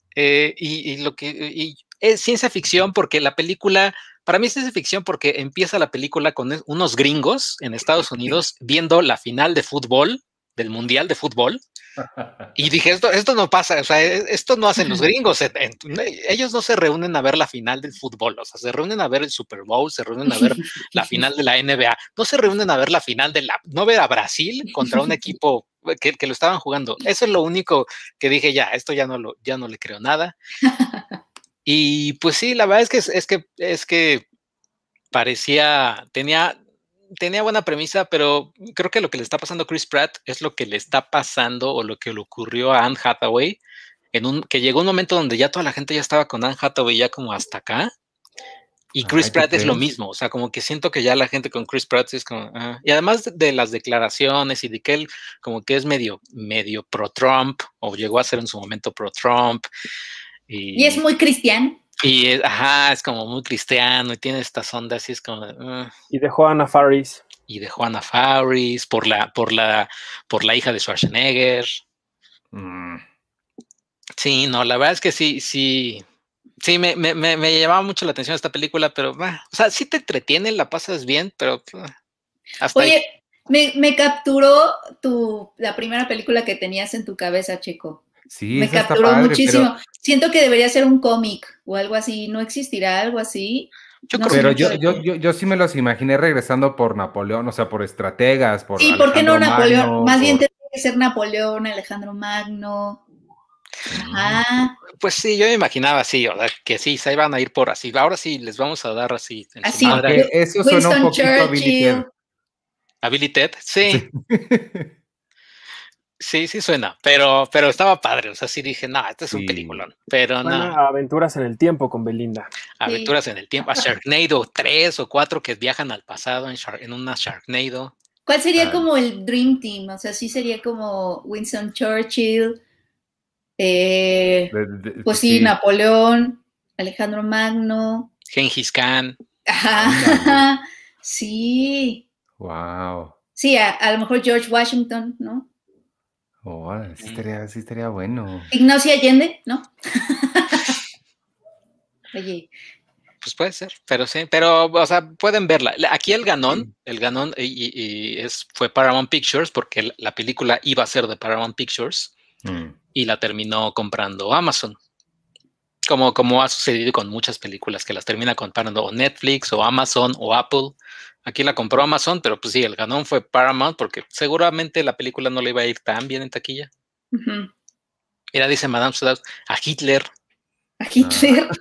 Y es ciencia ficción porque la película, para mí es ciencia ficción porque empieza la película con unos gringos en Estados Unidos viendo la final de fútbol, del Mundial de Fútbol. Y dije, esto no pasa, o sea, esto no hacen los gringos. Ellos no se reúnen a ver la final del fútbol, o sea, se reúnen a ver el Super Bowl, se reúnen a ver la final de la NBA, no se reúnen a ver la final no ver a Brasil contra un equipo que lo estaban jugando. Eso es lo único que dije, esto ya no le creo nada. Y pues sí, la verdad es que tenía buena premisa, pero creo que lo que le está pasando a Chris Pratt es lo que le está pasando o lo que le ocurrió a Anne Hathaway, que llegó un momento donde ya toda la gente ya estaba con Anne Hathaway ya como hasta acá, y Chris Pratt es lo mismo, o sea, como que siento que ya la gente con Chris Pratt es como, y además de las declaraciones y de que él como que es medio pro-Trump, o llegó a ser en su momento pro-Trump. Y es muy cristiano. Y es como muy cristiano y tiene estas ondas y es como... Y dejó a Anna Faris. por la hija de Schwarzenegger. Sí, no, la verdad es que sí, me llamaba mucho la atención esta película, pero, o sea, sí te entretiene, la pasas bien, pero hasta Oye, ahí. Me capturó la primera película que tenías en tu cabeza, Checo. Sí, me capturó padre, muchísimo. Pero... Siento que debería ser un cómic o algo así. ¿No existirá algo así? Yo sí me los imaginé regresando por Napoleón, o sea, por estrategas, por sí, ¿por qué no Napoleón? Magno, más bien tendría que ser Napoleón, Alejandro Magno. Ajá. Pues sí, yo me imaginaba así, o sea, que sí, se iban a ir por así. Ahora sí, les vamos a dar así. Así, eso suena un poquito a Billy Ted. ¿A Billy Ted? Sí. Sí, suena, pero estaba padre, o sea, sí dije, no, este es un peliculón, pero no. Aventuras en el tiempo con Belinda. Aventuras en el tiempo, a Sharknado 3 o 4 que viajan al pasado en una Sharknado. ¿Cuál sería como el Dream Team? O sea, sí sería como Winston Churchill, pues sí, Napoleón, Alejandro Magno. Gengis Khan. Ajá, sí. Wow. Sí, a lo mejor George Washington, ¿no? Oh, sí estaría bueno. Ignacio Allende, ¿no? Oye. Pues puede ser, pero sí, o sea, pueden verla. Aquí el ganón fue Paramount Pictures, porque la película iba a ser de Paramount Pictures y la terminó comprando Amazon. Como ha sucedido con muchas películas que las termina comprando o Netflix o Amazon o Apple. Aquí la compró Amazon, pero pues sí, el ganón fue Paramount porque seguramente la película no le iba a ir tan bien en taquilla. Uh-huh. Mira, dice Madame Sodaus, a Hitler. ¿A Hitler?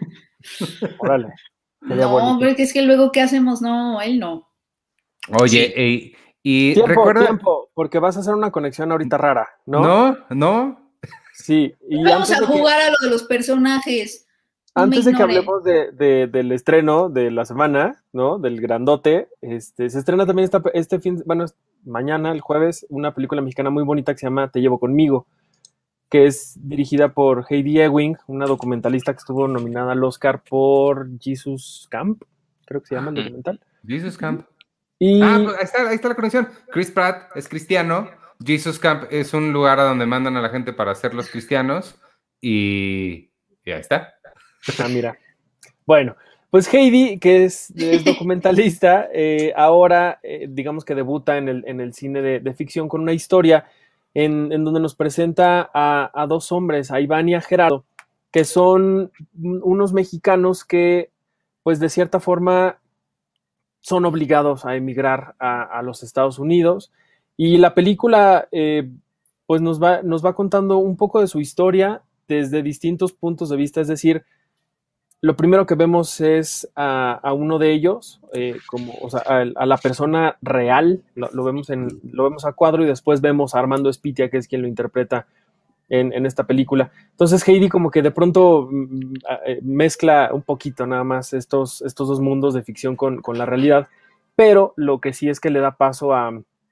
Órale. No, pero es que luego, ¿qué hacemos? No, él no. Oye, sí. y recuerda... Tiempo, porque vas a hacer una conexión ahorita rara, ¿no? No. Sí. Y vamos a jugar a lo de los personajes. Antes de que hablemos del estreno de la semana, ¿no? Del grandote, se estrena también mañana, el jueves, una película mexicana muy bonita que se llama Te llevo conmigo, que es dirigida por Heidi Ewing, una documentalista que estuvo nominada al Oscar por Jesus Camp, creo que se llama el documental. Jesus Camp. Y... pues ahí está la conexión. Chris Pratt es cristiano, Jesus Camp es un lugar a donde mandan a la gente para ser los cristianos, y ahí está. Mira. Bueno, pues Heidi, que es documentalista, ahora digamos que debuta en el cine de ficción con una historia en donde nos presenta a dos hombres, a Iván y a Gerardo, que son unos mexicanos que, pues de cierta forma, son obligados a emigrar a los Estados Unidos. Y la película, pues nos va contando un poco de su historia desde distintos puntos de vista, es decir, lo primero que vemos es a uno de ellos, a la persona real, lo vemos a cuadro, y después vemos a Armando Espitia, que es quien lo interpreta en esta película. Entonces Heidi como que de pronto mezcla un poquito nada más estos dos mundos de ficción con la realidad, pero lo que sí es que le da paso a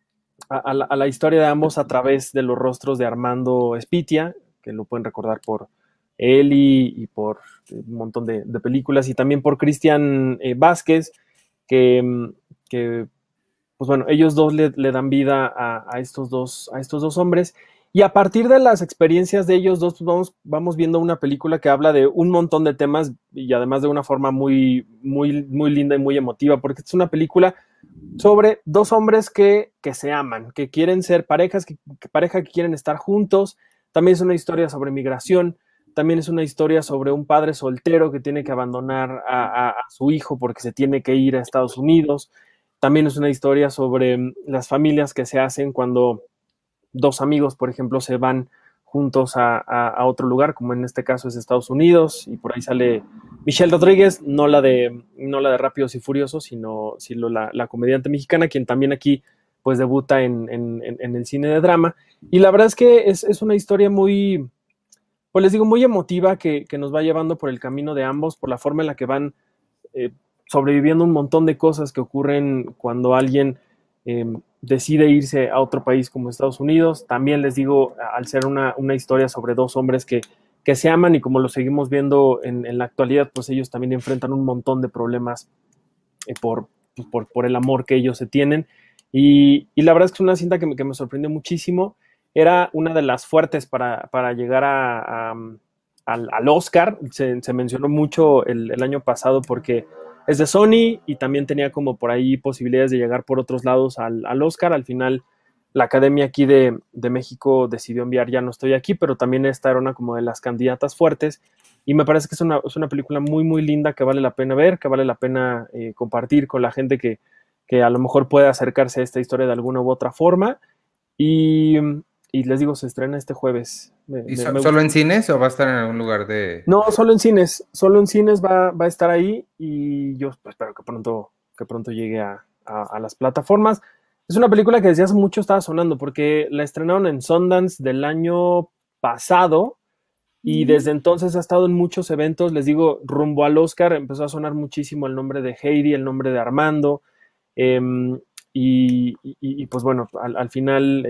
la historia de ambos a través de los rostros de Armando Espitia, que lo pueden recordar por Eli y por un montón de películas, y también por Cristian Vázquez, que pues bueno, ellos dos le dan vida a estos dos hombres, y a partir de las experiencias de ellos dos, pues vamos viendo una película que habla de un montón de temas, y además de una forma muy, muy, muy linda y muy emotiva, porque es una película sobre dos hombres que se aman, que quieren ser pareja que quieren estar juntos. También es una historia sobre migración, también es una historia sobre un padre soltero que tiene que abandonar a su hijo porque se tiene que ir a Estados Unidos. También es una historia sobre las familias que se hacen cuando dos amigos, por ejemplo, se van juntos a otro lugar, como en este caso es Estados Unidos, y por ahí sale Michelle Rodríguez, no la de Rápidos y Furiosos, sino la comediante mexicana, quien también aquí pues debuta en el cine de drama. Y la verdad es que es una historia muy, pues les digo, muy emotiva que nos va llevando por el camino de ambos, por la forma en la que van sobreviviendo un montón de cosas que ocurren cuando alguien decide irse a otro país como Estados Unidos. También les digo, al ser una historia sobre dos hombres que se aman y como lo seguimos viendo en la actualidad, pues ellos también enfrentan un montón de problemas por el amor que ellos se tienen. Y la verdad es que es una cinta que me sorprendió muchísimo. Era una de las fuertes para llegar al Oscar. Se mencionó mucho el año pasado porque es de Sony y también tenía como por ahí posibilidades de llegar por otros lados al Oscar. Al final la Academia aquí de México decidió enviar Ya no estoy aquí, pero también esta era una como de las candidatas fuertes y me parece que es una película muy muy linda que vale la pena ver, que vale la pena compartir con la gente que a lo mejor puede acercarse a esta historia de alguna u otra forma y les digo, se estrena este jueves. ¿Solo en cines o va a estar en algún lugar de...? No, solo en cines va a estar ahí y yo espero que pronto llegue a las plataformas. Es una película que desde hace mucho estaba sonando porque la estrenaron en Sundance del año pasado y desde entonces ha estado en muchos eventos. Les digo, rumbo al Oscar empezó a sonar muchísimo el nombre de Heidi, el nombre de Armando y pues bueno, al final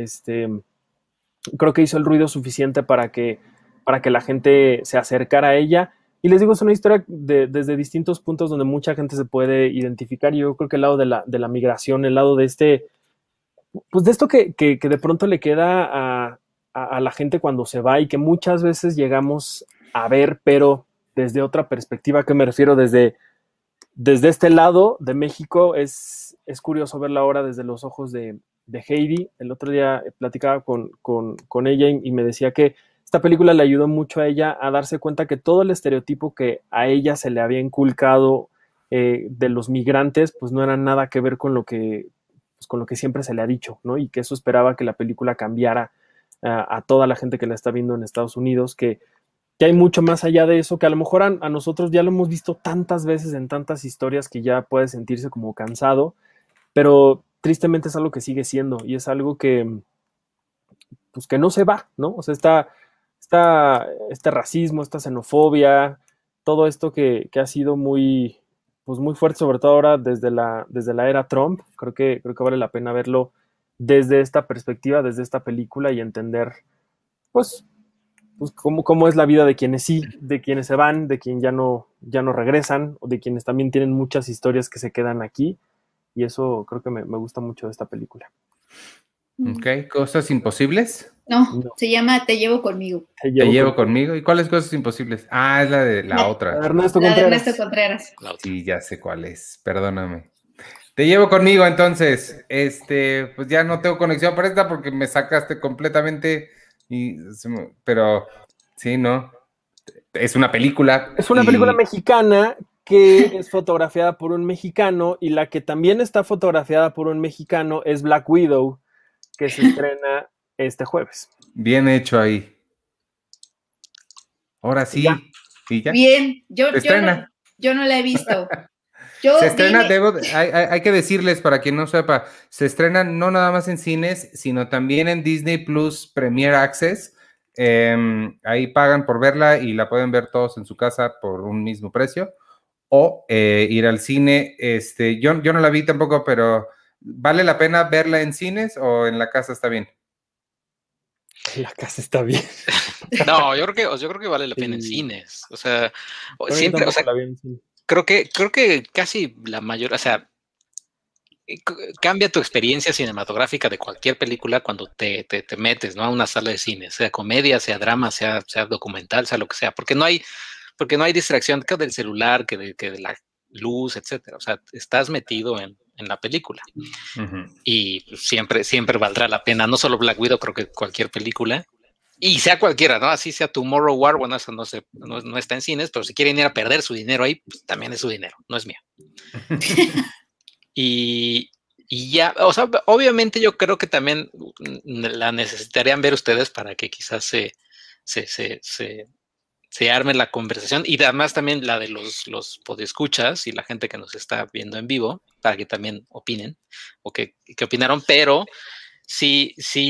creo que hizo el ruido suficiente para que la gente se acercara a ella. Y les digo, es una historia desde distintos puntos donde mucha gente se puede identificar. Y yo creo que el lado de la migración, el lado de pues de esto que de pronto le queda a la gente cuando se va y que muchas veces llegamos a ver, pero desde otra perspectiva. ¿A qué me refiero? Desde este lado de México es curioso verla ahora desde los ojos de Heidi. El otro día platicaba con ella y me decía que esta película le ayudó mucho a ella a darse cuenta que todo el estereotipo que a ella se le había inculcado de los migrantes, pues no era nada que ver con lo que siempre se le ha dicho, ¿no? Y que eso esperaba que la película cambiara a toda la gente que la está viendo en Estados Unidos, que hay mucho más allá de eso, que a lo mejor a nosotros ya lo hemos visto tantas veces en tantas historias que ya puede sentirse como cansado, pero tristemente es algo que sigue siendo y es algo que pues que no se va, ¿no? O sea, este racismo, esta xenofobia, todo esto que ha sido muy, pues muy fuerte, sobre todo ahora desde la era Trump. Creo que vale la pena verlo desde esta perspectiva, desde esta película y entender, pues cómo es la vida de quienes sí, de quienes se van, de quienes ya no regresan, o de quienes también tienen muchas historias que se quedan aquí. Y eso creo que me gusta mucho de esta película. Ok, ¿Cosas imposibles? No, se llama Te llevo conmigo. Te llevo conmigo. ¿Y cuáles cosas imposibles? Ah, es la de la otra. Ernesto Contreras. Sí, ya sé cuál es, perdóname. Te llevo conmigo, entonces. Pues ya no tengo conexión para esta porque me sacaste completamente. Pero sí, ¿no? Es una película. Es una película mexicana que es fotografiada por un mexicano y la que también está fotografiada por un mexicano es Black Widow, que se estrena este jueves. Bien hecho ahí. Ahora sí. ¿Y ya? Bien, yo no la he visto. Se estrena, hay que decirles para quien no sepa, se estrena no nada más en cines, sino también en Disney Plus Premier Access. Ahí pagan por verla y la pueden ver todos en su casa por un mismo precio. O ir al cine. Yo no la vi tampoco, pero ¿vale la pena verla en cines o en la casa está bien? En la casa está bien. No, yo creo que vale la pena en cines. O sea, siempre, o sea, creo que casi la mayor, o sea, cambia tu experiencia cinematográfica de cualquier película cuando te metes, ¿no? A una sala de cine, sea comedia, sea drama, sea documental, sea lo que sea, porque no hay distracción que del celular, que de la luz, etcétera. O sea, estás metido en en la película. Ujú. Y siempre valdrá la pena, no solo Black Widow, creo que cualquier película. Y sea cualquiera, ¿no? Así sea Tomorrow War, bueno, eso no está en cines, pero si quieren ir a perder su dinero ahí, pues también es su dinero, no es mío. Y ya, o sea, obviamente yo creo que también la necesitarían ver ustedes para que quizás se arme la conversación, y además también la de los podescuchas y la gente que nos está viendo en vivo, para que también opinen, o que opinaron, pero sí,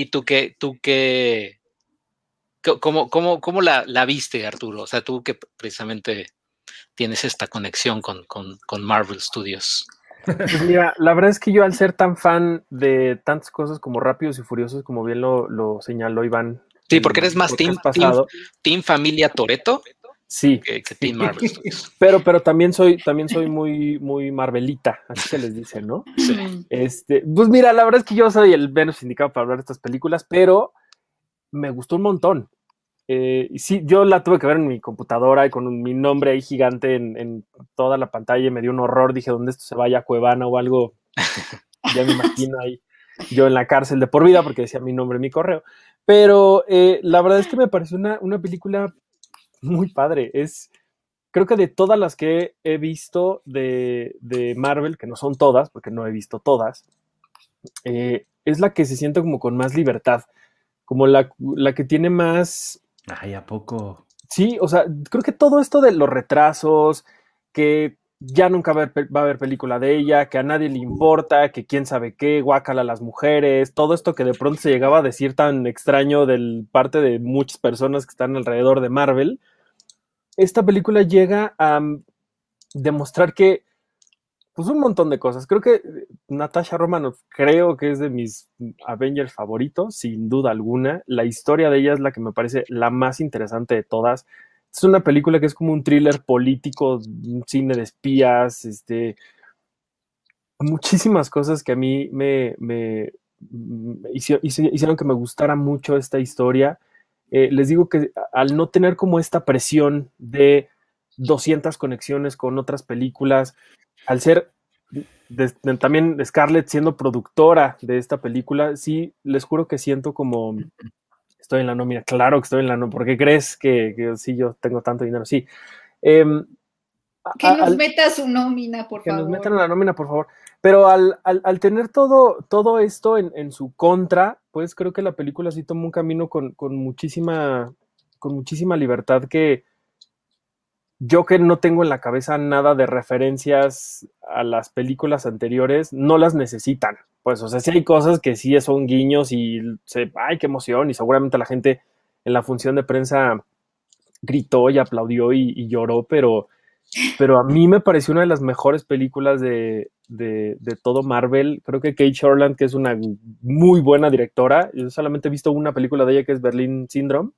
¿cómo la viste, Arturo? O sea, tú que precisamente tienes esta conexión con Marvel Studios. Pues mira, la verdad es que yo al ser tan fan de tantas cosas como Rápidos y Furiosos, como bien lo señaló Iván. Sí, porque eres más team Familia Toretto. Sí. Que Team Marvel Studios. Pero también soy muy, muy Marvelita, así se les dice, ¿no? Sí. Pues mira, la verdad es que yo soy el menos indicado para hablar de estas películas, pero me gustó un montón. Y sí, yo la tuve que ver en mi computadora y con mi nombre ahí gigante en toda la pantalla, y me dio un horror. Dije, ¿dónde esto se vaya a Cuevana o algo? Ya me imagino ahí yo en la cárcel de por vida porque decía mi nombre en mi correo. Pero la verdad es que me pareció una película muy padre. Creo que de todas las que he visto de Marvel, que no son todas, porque no he visto todas, es la que se siente como con más libertad, como la que tiene más... Ay, ¿a poco? Sí, o sea, creo que todo esto de los retrasos, que ya nunca va a haber película de ella, que a nadie le importa, que quién sabe qué, guácala a las mujeres, todo esto que de pronto se llegaba a decir tan extraño de parte de muchas personas que están alrededor de Marvel, esta película llega a demostrar que, pues, un montón de cosas. Creo que Natasha Romanoff creo que es de mis Avengers favoritos, sin duda alguna. La historia de ella es la que me parece la más interesante de todas. Es una película que es como un thriller político, un cine de espías, muchísimas cosas que a mí me hicieron que me gustara mucho esta historia. Les digo que al no tener como esta presión de 200 conexiones con otras películas, al ser también Scarlett siendo productora de esta película, sí, les juro que siento como estoy en la nómina. Claro que estoy en la nómina. ¿Por qué crees que sí yo tengo tanto dinero? Sí. Que nos meta su nómina, por favor. Que nos metan a la nómina, por favor. Pero al tener todo esto en su contra, pues creo que la película sí toma un camino con muchísima libertad, que yo, que no tengo en la cabeza nada de referencias a las películas anteriores, no las necesitan. Pues, o sea, sí hay cosas que sí son guiños y ¡ay, qué emoción! Y seguramente la gente en la función de prensa gritó y aplaudió y lloró, pero a mí me pareció una de las mejores películas de todo Marvel. Creo que Kate Shortland, que es una muy buena directora, yo solamente he visto una película de ella que es Berlin Syndrome,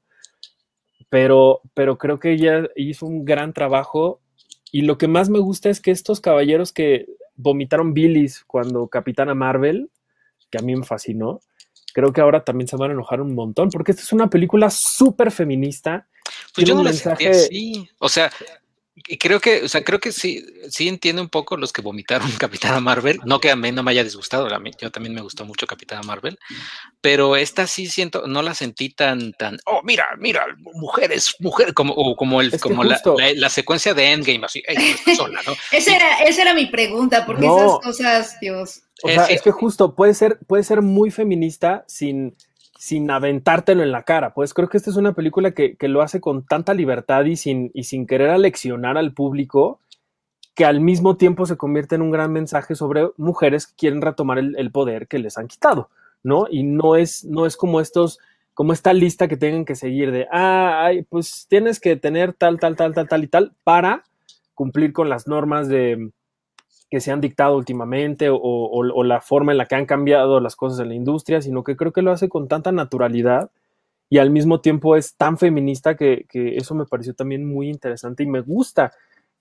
pero creo que ella hizo un gran trabajo, y lo que más me gusta es que estos caballeros que vomitaron bilis cuando Capitana Marvel, que a mí me fascinó, creo que ahora también se van a enojar un montón, porque esta es una película súper feminista. Pues yo no la sentí así. O sea, creo que sí entiendo un poco los que vomitaron Capitana Marvel. No que a mí no me haya disgustado, yo también me gustó mucho Capitana Marvel, pero esta sí siento, no la sentí tan, oh, mira, mujeres, como la secuencia de Endgame, así, no está sola, ¿no? Esa era mi pregunta, porque esas cosas, Dios. O sea, es que justo puede ser muy feminista sin aventártelo en la cara. Pues creo que esta es una película que lo hace con tanta libertad y sin querer aleccionar al público, que al mismo tiempo se convierte en un gran mensaje sobre mujeres que quieren retomar el poder que les han quitado, ¿no? Y no es como esta lista que tengan que seguir de, pues tienes que tener tal y tal para cumplir con las normas que se han dictado últimamente o la forma en la que han cambiado las cosas en la industria, sino que creo que lo hace con tanta naturalidad y al mismo tiempo es tan feminista que eso me pareció también muy interesante, y me gusta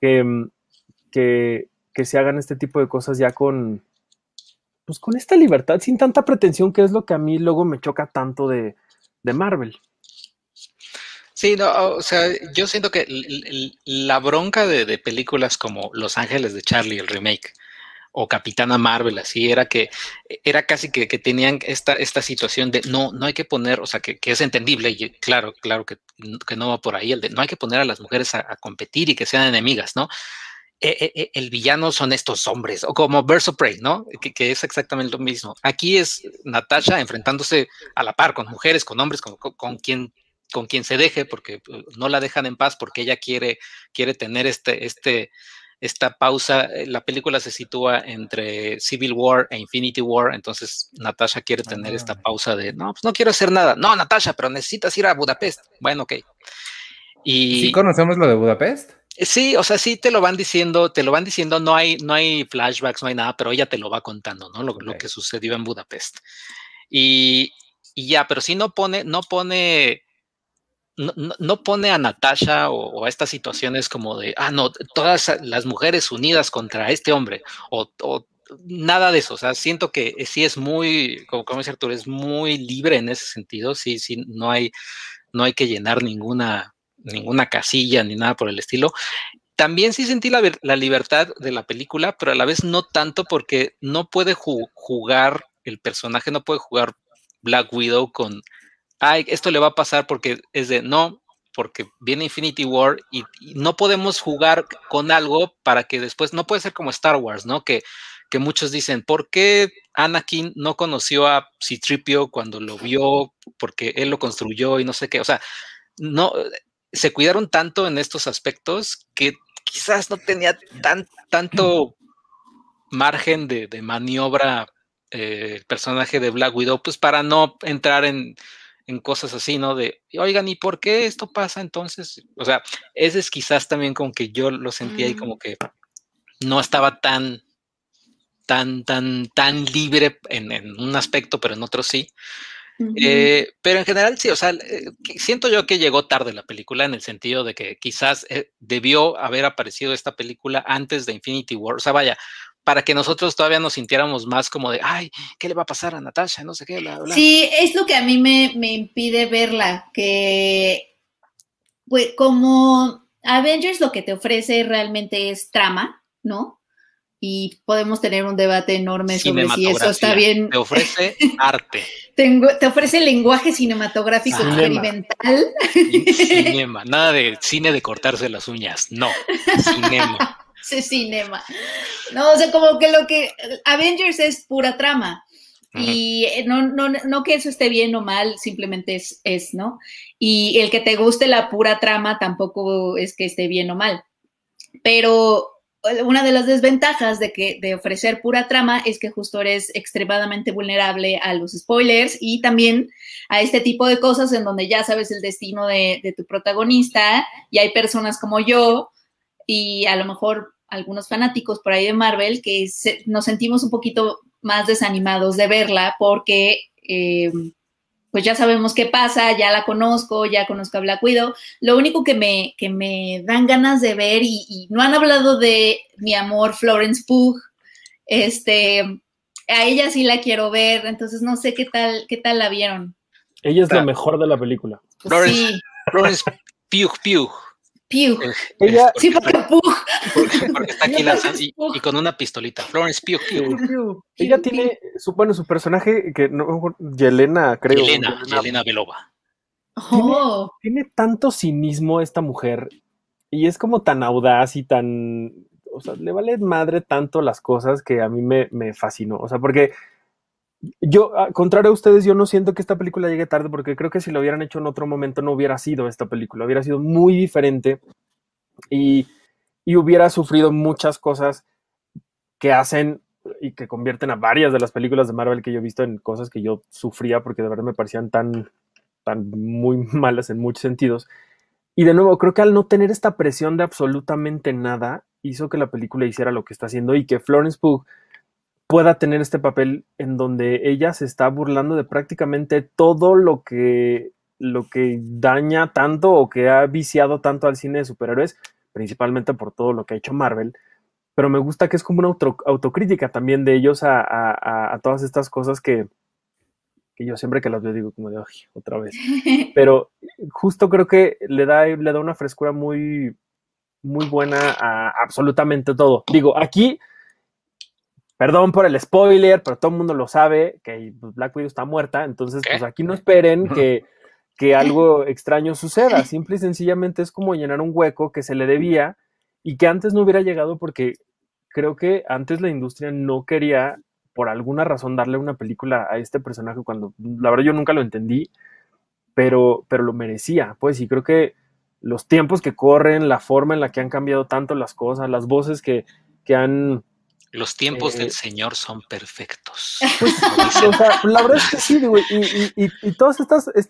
que se hagan este tipo de cosas ya con esta libertad, sin tanta pretensión, que es lo que a mí luego me choca tanto de Marvel. Sí, no, o sea, yo siento que la bronca de películas como Los Ángeles de Charlie, el remake, o Capitana Marvel, así era era casi que tenían esta situación de no hay que poner, o sea, que es entendible y claro que no va por ahí, el de no hay que poner a las mujeres a competir y que sean enemigas, ¿no? El villano son estos hombres, o como Birds of Prey, ¿no? Que es exactamente lo mismo. Aquí es Natasha enfrentándose a la par con mujeres, con hombres, con quien se deje, porque no la dejan en paz, porque ella quiere tener esta pausa. La película se sitúa entre Civil War e Infinity War, entonces Natasha quiere tener esta pausa de, no, pues no quiero hacer nada. No, Natasha, pero necesitas ir a Budapest. Bueno, ok. Y ¿sí conocemos lo de Budapest? Sí, o sea, sí te lo van diciendo, no hay flashbacks, no hay nada, pero ella te lo va contando, ¿no? Lo que sucedió en Budapest. Y ya, pero sí no pone a Natasha o a estas situaciones como de, no, todas las mujeres unidas contra este hombre, o nada de eso. O sea, siento que sí es muy, como dice Arturo, es muy libre en ese sentido. Sí, no hay que llenar ninguna casilla ni nada por el estilo. También sí sentí la libertad de la película, pero a la vez no tanto, porque no puede jugar el personaje, no puede jugar Black Widow con, esto le va a pasar porque es de, no, porque viene Infinity War y no podemos jugar con algo para que después, no puede ser como Star Wars, ¿no? Que muchos dicen, ¿por qué Anakin no conoció a C-3PO cuando lo vio? Porque él lo construyó y no sé qué. O sea, no, se cuidaron tanto en estos aspectos que quizás no tenía tanto margen de maniobra el personaje de Black Widow, pues para no entrar en cosas así, ¿no? De, oigan, ¿y por qué esto pasa entonces? O sea, ese es quizás también como que yo lo sentía y como que no estaba tan libre en un aspecto, pero en otro sí. Pero en general sí, o sea, siento yo que llegó tarde la película en el sentido de que quizás debió haber aparecido esta película antes de Infinity War. O sea, vaya, para que nosotros todavía nos sintiéramos más como de, ¿qué le va a pasar a Natasha? No sé qué, bla, bla. Sí, es lo que a mí me impide verla, que pues, como Avengers lo que te ofrece realmente es trama, ¿no? Y podemos tener un debate enorme sobre si eso está bien. Te ofrece arte. Te ofrece lenguaje cinematográfico experimental. Cinema, nada de cine de cortarse las uñas, no, cinema. Sí, cinema. No, o sea, como que lo que Avengers es pura trama. Y no que eso esté bien o mal, simplemente es, ¿no? Y el que te guste la pura trama tampoco es que esté bien o mal. Pero una de las desventajas de ofrecer pura trama es que justo eres extremadamente vulnerable a los spoilers y también a este tipo de cosas en donde ya sabes el destino de tu protagonista y hay personas como yo y a lo mejor algunos fanáticos por ahí de Marvel que nos sentimos un poquito más desanimados de verla porque pues ya sabemos qué pasa, ya conozco a Black Widow. Lo único que me dan ganas de ver, y no han hablado de mi amor Florence Pugh, a ella sí la quiero ver, entonces no sé qué tal la vieron. Ella es lo mejor de la película. Pues sí. Florence Pugh. Ella, sí, porque Pugh. Porque está aquí lanzando y con una pistolita. Florence Pugh. Ella tiene su personaje que no, Yelena, creo. Yelena Belova. Tiene tanto cinismo esta mujer y es como tan audaz y tan, o sea, le vale madre tanto las cosas que a mí me fascinó. O sea, porque yo, contrario a ustedes, yo no siento que esta película llegue tarde porque creo que si lo hubieran hecho en otro momento no hubiera sido esta película, hubiera sido muy diferente y hubiera sufrido muchas cosas que hacen y que convierten a varias de las películas de Marvel que yo he visto en cosas que yo sufría porque de verdad me parecían tan muy malas en muchos sentidos. Y de nuevo, creo que al no tener esta presión de absolutamente nada, hizo que la película hiciera lo que está haciendo y que Florence Pugh pueda tener este papel en donde ella se está burlando de prácticamente todo lo que daña tanto o que ha viciado tanto al cine de superhéroes, principalmente por todo lo que ha hecho Marvel. Pero me gusta que es como una autocrítica también de ellos a todas estas cosas que yo siempre que las veo digo como de otra vez. Pero justo creo que le da una frescura muy, muy buena a absolutamente todo. Digo, aquí perdón por el spoiler, pero todo el mundo lo sabe, que pues, Black Widow está muerta, entonces pues aquí no esperen que algo extraño suceda, simple y sencillamente es como llenar un hueco que se le debía y que antes no hubiera llegado porque creo que antes la industria no quería por alguna razón darle una película a este personaje cuando la verdad yo nunca lo entendí, pero lo merecía, pues, y creo que los tiempos que corren, la forma en la que han cambiado tanto las cosas, las voces que han... Los tiempos del Señor son perfectos. Pues, o sea, la verdad es que sí, güey, y todas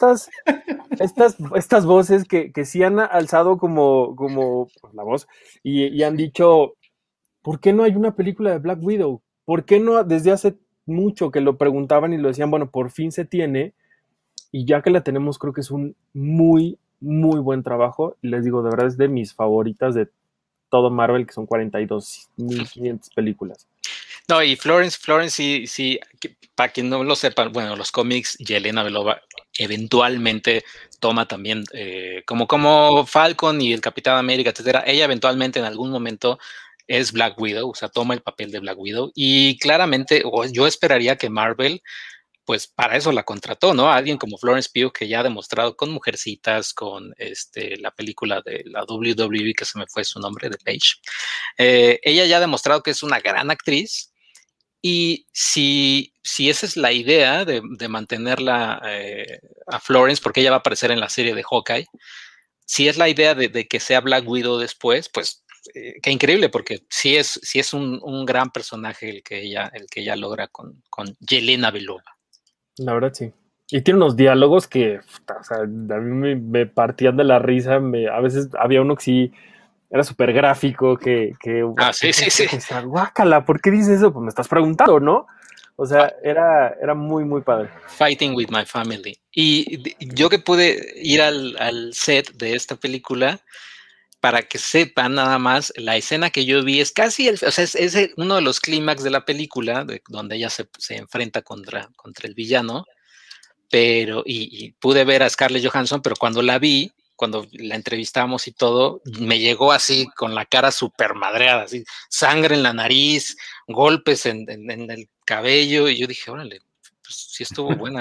estas voces que sí han alzado como pues, la voz y han dicho, ¿por qué no hay una película de Black Widow? ¿Por qué no desde hace mucho que lo preguntaban y lo decían, bueno, por fin se tiene, y ya que la tenemos, creo que es un muy, muy buen trabajo, y les digo, de verdad es de mis favoritas de todo Marvel, que son 42.500 películas. No, y Florence sí, para quien no lo sepa, bueno, los cómics, Yelena Belova eventualmente toma también, como Falcon y el Capitán América, etcétera, ella eventualmente en algún momento es Black Widow, o sea, toma el papel de Black Widow, y claramente, yo esperaría que Marvel, pues para eso la contrató, ¿no? Alguien como Florence Pugh, que ya ha demostrado con Mujercitas, con la película de la WWE, que se me fue su nombre, de Paige, ella ya ha demostrado que es una gran actriz. Y si esa es la idea de mantenerla a Florence, porque ella va a aparecer en la serie de Hawkeye, si es la idea de que sea Black Widow después, pues qué increíble, porque sí es un gran personaje el que ella logra con Yelena Belova. La verdad sí. Y tiene unos diálogos que, o sea, a mí me partían de la risa, a veces había uno que sí era súper gráfico, sí. Guácala, ¿por qué dices eso? Pues me estás preguntando, ¿no? O sea, era muy, muy padre. Fighting with my family. Y yo que pude ir al set de esta película, para que sepan nada más, la escena que yo vi es casi, es uno de los clímax de la película, donde ella se enfrenta contra el villano, pero, y pude ver a Scarlett Johansson, pero cuando la vi, cuando la entrevistamos y todo, me llegó así con la cara súper madreada, así, sangre en la nariz, golpes en el cabello, y yo dije, órale, pues sí estuvo buena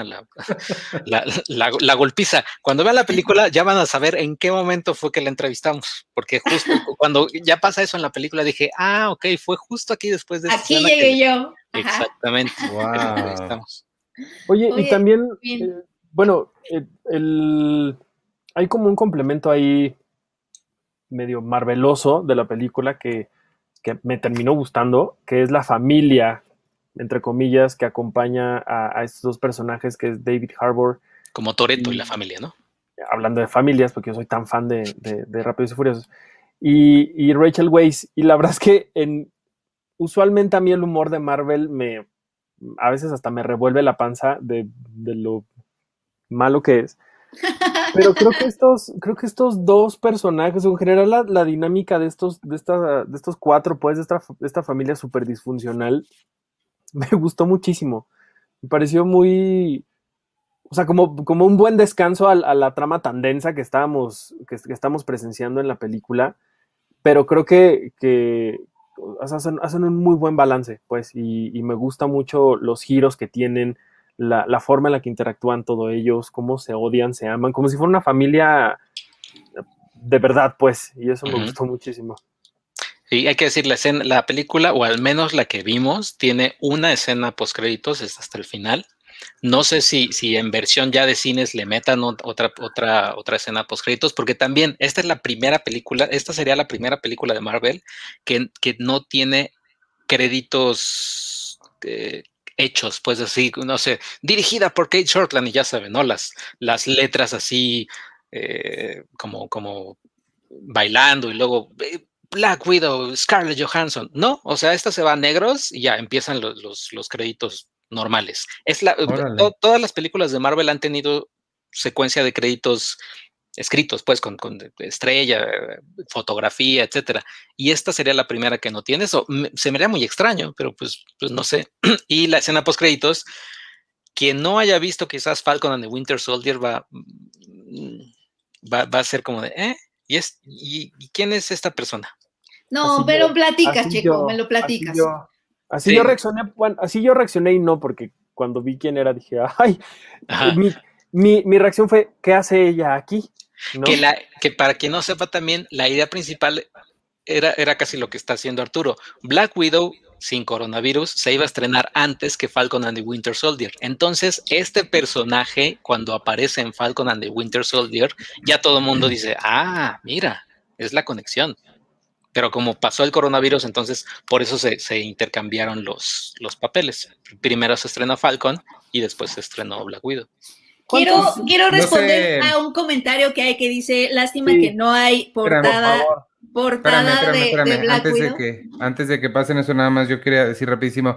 la golpiza. Cuando vean la película ya van a saber en qué momento fue que la entrevistamos, porque justo cuando ya pasa eso en la película dije, ok, fue justo aquí después de aquí llegué yo. Exactamente. Wow. Oye, y también, bueno, hay como un complemento ahí medio marveloso de la película que me terminó gustando, que es la familia, entre comillas, que acompaña a estos dos personajes, que es David Harbour. Como Toretto y la familia, ¿no? Hablando de familias, porque yo soy tan fan de Rápidos y Furiosos. Y Rachel Weisz. Y la verdad es que usualmente a mí el humor de Marvel a veces hasta me revuelve la panza de lo malo que es. Pero creo que estos dos personajes, en general la dinámica de estos cuatro, pues, de esta familia súper disfuncional, me gustó muchísimo. Me pareció muy, o sea, como un buen descanso a la trama tan densa que estamos presenciando en la película, pero creo que hacen un muy buen balance, pues, y me gusta mucho los giros que tienen, la forma en la que interactúan todos ellos, cómo se odian, se aman, como si fuera una familia de verdad, pues, y eso me gustó muchísimo. Y hay que decir, la película, o al menos la que vimos, tiene una escena postcréditos, es hasta el final. No sé si en versión ya de cines le metan otra escena postcréditos, porque también esta sería la primera película de Marvel que no tiene créditos hechos, pues así, no sé, dirigida por Kate Shortland, y ya saben, ¿no? Las letras así como bailando, y luego Black Widow, Scarlett Johansson, ¿no? O sea, esta se va a negros y ya empiezan los créditos normales. Todas las películas de Marvel han tenido secuencia de créditos escritos, pues, con estrella, fotografía, etcétera. Y esta sería la primera que no tiene eso. Se me haría muy extraño, pero pues no sé. Y la escena post créditos, quien no haya visto quizás Falcon and the Winter Soldier va a ser como de, ¿y quién es esta persona? No, pero platicas, Checo, me lo platicas. Así Sí. yo reaccioné y no, porque cuando vi quién era dije, ay, Ajá. mi reacción fue, ¿qué hace ella aquí? ¿No? Que para quien no sepa también, la idea principal era casi lo que está haciendo Arturo. Black Widow, sin coronavirus, se iba a estrenar antes que Falcon and the Winter Soldier. Entonces, este personaje, cuando aparece en Falcon and the Winter Soldier, ya todo el mundo dice, mira, es la conexión. Pero como pasó el coronavirus, entonces por eso se intercambiaron los papeles. Primero se estrenó Falcon y después se estrenó Black Widow. Quiero responder No sé. a un comentario que hay que dice, lástima Sí. que no hay portada Espérame. de Black Widow. Antes de que pasen eso, nada más yo quería decir rapidísimo,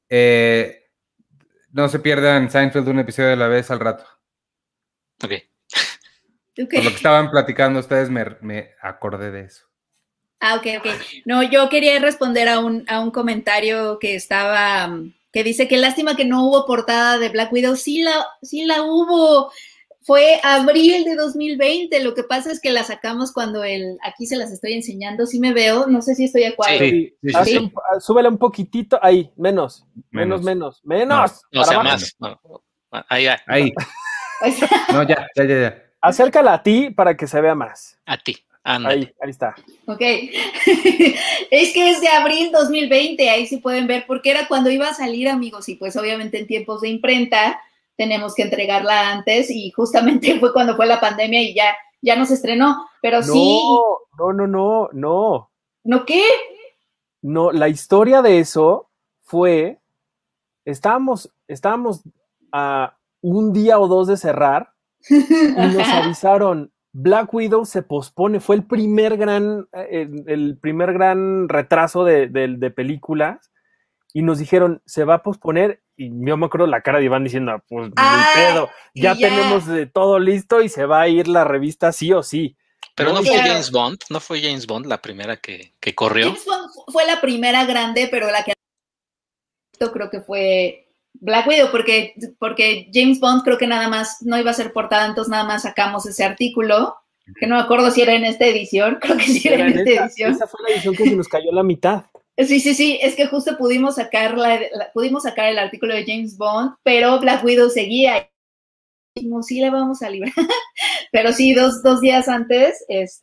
no se pierdan Seinfeld un episodio a la vez al rato. Ok. Por lo que estaban platicando ustedes, me acordé de eso. Ok. No, yo quería responder a un comentario que que dice que lástima que no hubo portada de Black Widow. Sí la hubo. Fue abril de 2020. Lo que pasa es que la sacamos cuando aquí se las estoy enseñando. Sí me veo, no sé si estoy a cuadro. Sí. Súbele un poquitito, ahí, menos. No, o sea, más. No. Ahí. No, ya. Acércala a ti para que se vea más. A ti. Ándale. Ahí está. Ok. Es que es de abril 2020, ahí sí pueden ver, porque era cuando iba a salir, amigos, y pues obviamente en tiempos de imprenta tenemos que entregarla antes y justamente fue cuando fue la pandemia y ya no se estrenó, pero sí. No. ¿No qué? No, la historia de eso fue, estábamos a un día o dos de cerrar y nos avisaron, Black Widow se pospone, fue el primer gran retraso de películas y nos dijeron, se va a posponer y yo me acuerdo la cara de Iván diciendo, pues ni pedo, ya tenemos todo listo y se va a ir la revista sí o sí. Pero no fue James Bond, ¿no fue James Bond la primera que corrió? James Bond fue la primera grande, pero la que creo que fue Black Widow, porque James Bond creo que nada más no iba a ser portada, entonces nada más sacamos ese artículo, que no me acuerdo si era en esta edición, creo que sí era en esta edición. Esa fue la edición que se nos cayó la mitad. Sí, es que justo pudimos sacar el artículo de James Bond, pero Black Widow seguía. Dijimos, sí la vamos a librar. Pero sí, dos días antes,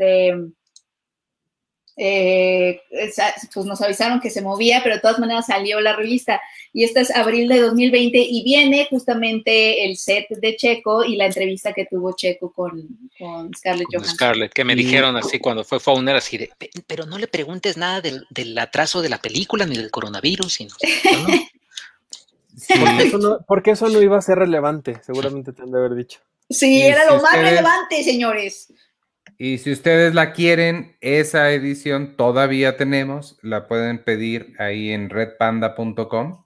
pues nos avisaron que se movía, pero de todas maneras salió la revista. Y esta es abril de 2020 y viene justamente el set de Checo y la entrevista que tuvo Checo con Scarlett Johansson. Scarlett, que me dijeron así cuando fue Fauner, así de, pero no le preguntes nada del atraso de la película ni del coronavirus, sino, ¿no? Sí. Porque eso no iba a ser relevante, seguramente te han de haber dicho. Sí, era lo más relevante, señores. Y si ustedes la quieren, esa edición todavía tenemos, la pueden pedir ahí en redpanda.com,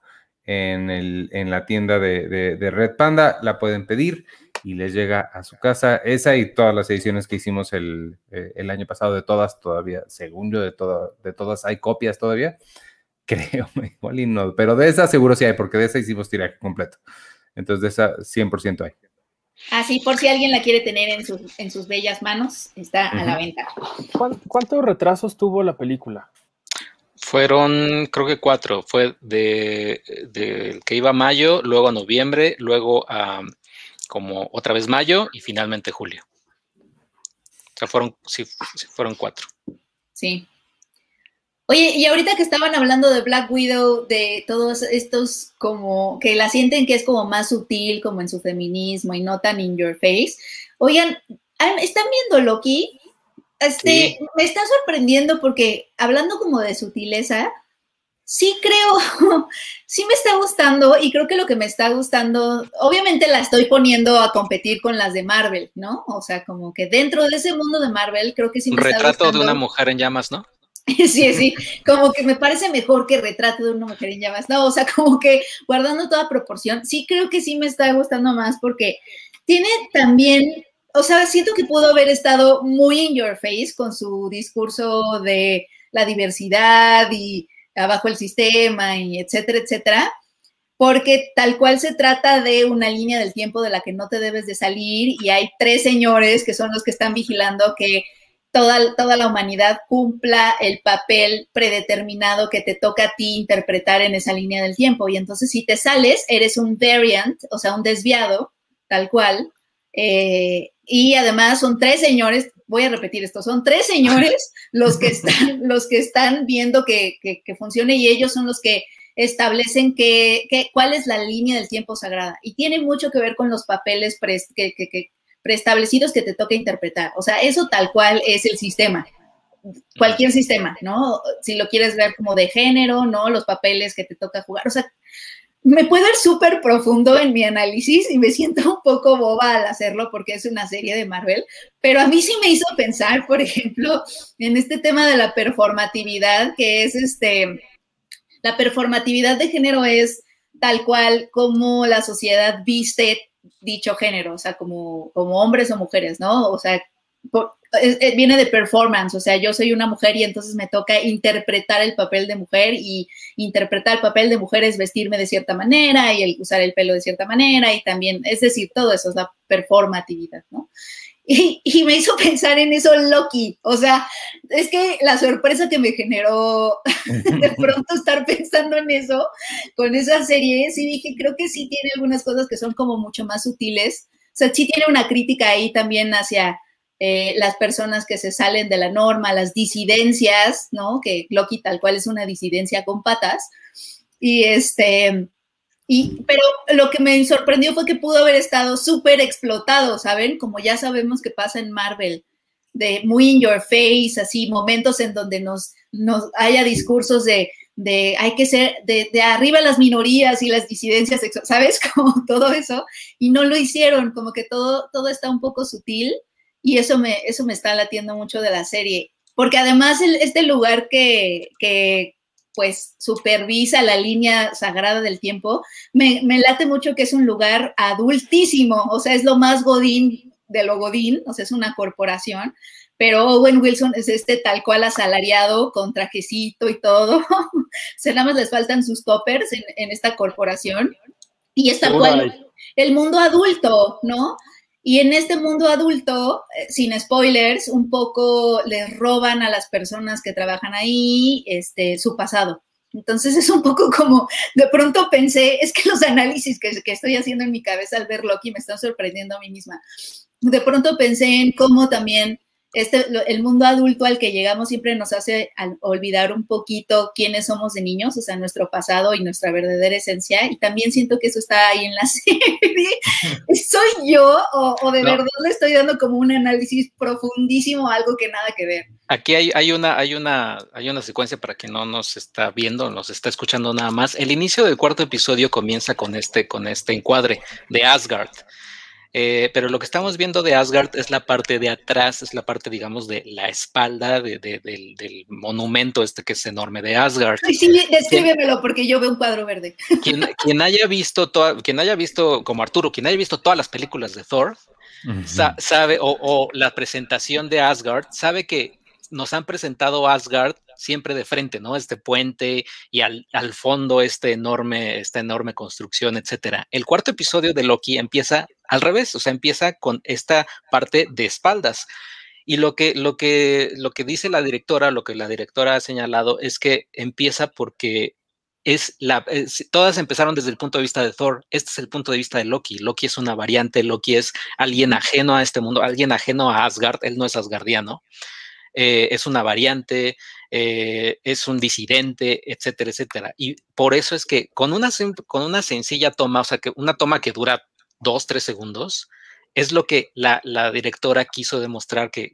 en la tienda de Red Panda, la pueden pedir y les llega a su casa. Esa y todas las ediciones que hicimos el año pasado, de todas todavía, según yo, de todas hay copias todavía. Creo, igual y no, pero de esa seguro sí hay, porque de esa hicimos tiraje completo. Entonces de esa 100% hay. Así, por si alguien la quiere tener en sus bellas manos, está a la venta. ¿Cuántos retrasos tuvo la película? Fueron, creo que 4. Fue de que iba a mayo, luego a noviembre, luego a como otra vez mayo y finalmente julio. O sea, fueron 4. Sí. Oye, y ahorita que estaban hablando de Black Widow, de todos estos como que la sienten que es como más sutil, como en su feminismo y no tan in your face. Oigan, ¿están viendo Loki? Sí. Me está sorprendiendo porque hablando como de sutileza, sí creo, sí me está gustando y creo que lo que me está gustando, obviamente la estoy poniendo a competir con las de Marvel, ¿no? O sea, como que dentro de ese mundo de Marvel creo que sí me está gustando. Retrato de una mujer en llamas, ¿no? Sí, como que me parece mejor que Retrato de una mujer en llamas, no, o sea, como que guardando toda proporción, sí creo que sí me está gustando más porque tiene también, o sea, siento que pudo haber estado muy in your face con su discurso de la diversidad y abajo el sistema y etcétera, porque tal cual se trata de una línea del tiempo de la que no te debes de salir y hay 3 señores que son los que están vigilando que toda la humanidad cumpla el papel predeterminado que te toca a ti interpretar en esa línea del tiempo. Y entonces si te sales, eres un variant, o sea, un desviado, tal cual. Y además son 3 señores, voy a repetir esto, son 3 señores los que están viendo que funcione, y ellos son los que establecen cuál es la línea del tiempo sagrada. Y tiene mucho que ver con los papeles preestablecidos que te toca interpretar. O sea, eso tal cual es el sistema. Cualquier sistema, ¿no? Si lo quieres ver como de género, ¿no? Los papeles que te toca jugar. O sea, me puedo ir súper profundo en mi análisis y me siento un poco boba al hacerlo porque es una serie de Marvel, pero a mí sí me hizo pensar, por ejemplo, en este tema de la performatividad, que es la performatividad de género es tal cual como la sociedad viste dicho género, o sea, como hombres o mujeres, ¿no? O sea, viene de performance, o sea, yo soy una mujer y entonces me toca interpretar el papel de mujer, y interpretar el papel de mujer es vestirme de cierta manera y usar el pelo de cierta manera, y también, es decir, todo eso es la performatividad, ¿no? Y me hizo pensar en eso Loki, o sea, es que la sorpresa que me generó de pronto estar pensando en eso, con esa serie, sí dije, creo que sí tiene algunas cosas que son como mucho más sutiles, o sea, sí tiene una crítica ahí también hacia las personas que se salen de la norma, las disidencias, ¿no? Que Loki tal cual es una disidencia con patas, pero lo que me sorprendió fue que pudo haber estado súper explotado, ¿saben? Como ya sabemos que pasa en Marvel, de muy in your face, así, momentos en donde nos haya discursos de hay que ser de arriba las minorías y las disidencias sexuales, ¿sabes? Como todo eso, y no lo hicieron, como que todo está un poco sutil, y eso me está latiendo mucho de la serie, porque además este lugar que pues supervisa la línea sagrada del tiempo, me late mucho que es un lugar adultísimo, o sea, es lo más godín de lo godín, o sea, es una corporación, pero Owen Wilson es tal cual asalariado, con trajecito y todo, o sea, nada más les faltan sus toppers en esta corporación, y es tal cual el mundo adulto, ¿no? Y en este mundo adulto, sin spoilers, un poco les roban a las personas que trabajan ahí su pasado. Entonces es un poco como, de pronto pensé, es que los análisis que estoy haciendo en mi cabeza al ver Loki me están sorprendiendo a mí misma. De pronto pensé en cómo también el mundo adulto al que llegamos siempre nos hace olvidar un poquito quiénes somos de niños, o sea, nuestro pasado y nuestra verdadera esencia, y también siento que eso está ahí en la serie. ¿Soy yo o de verdad le estoy dando como un análisis profundísimo a algo que nada que ver? Aquí hay una secuencia para quien no nos está viendo, nos está escuchando nada más. El inicio del 4º episodio comienza con este encuadre de Asgard. Pero lo que estamos viendo de Asgard es la parte de atrás, es la parte, digamos, de la espalda del monumento que es enorme de Asgard. Sí, descríbemelo porque yo veo un cuadro verde. Quien haya visto como Arturo, quien haya visto todas las películas de Thor, sabe, o la presentación de Asgard, sabe que nos han presentado Asgard siempre de frente, ¿no? Este puente y al fondo esta enorme construcción, etcétera. El 4º episodio de Loki empieza al revés, o sea, empieza con esta parte de espaldas. Y lo que dice la directora, lo que la directora ha señalado es que empieza porque todas empezaron desde el punto de vista de Thor. Este es el punto de vista de Loki. Loki es una variante, Loki es alguien ajeno a este mundo, alguien ajeno a Asgard. Él no es asgardiano. Es una variante, es un disidente, etcétera, etcétera. Y por eso es que con una sencilla toma, o sea, que una toma que dura 2-3 segundos, es lo que la directora quiso demostrar que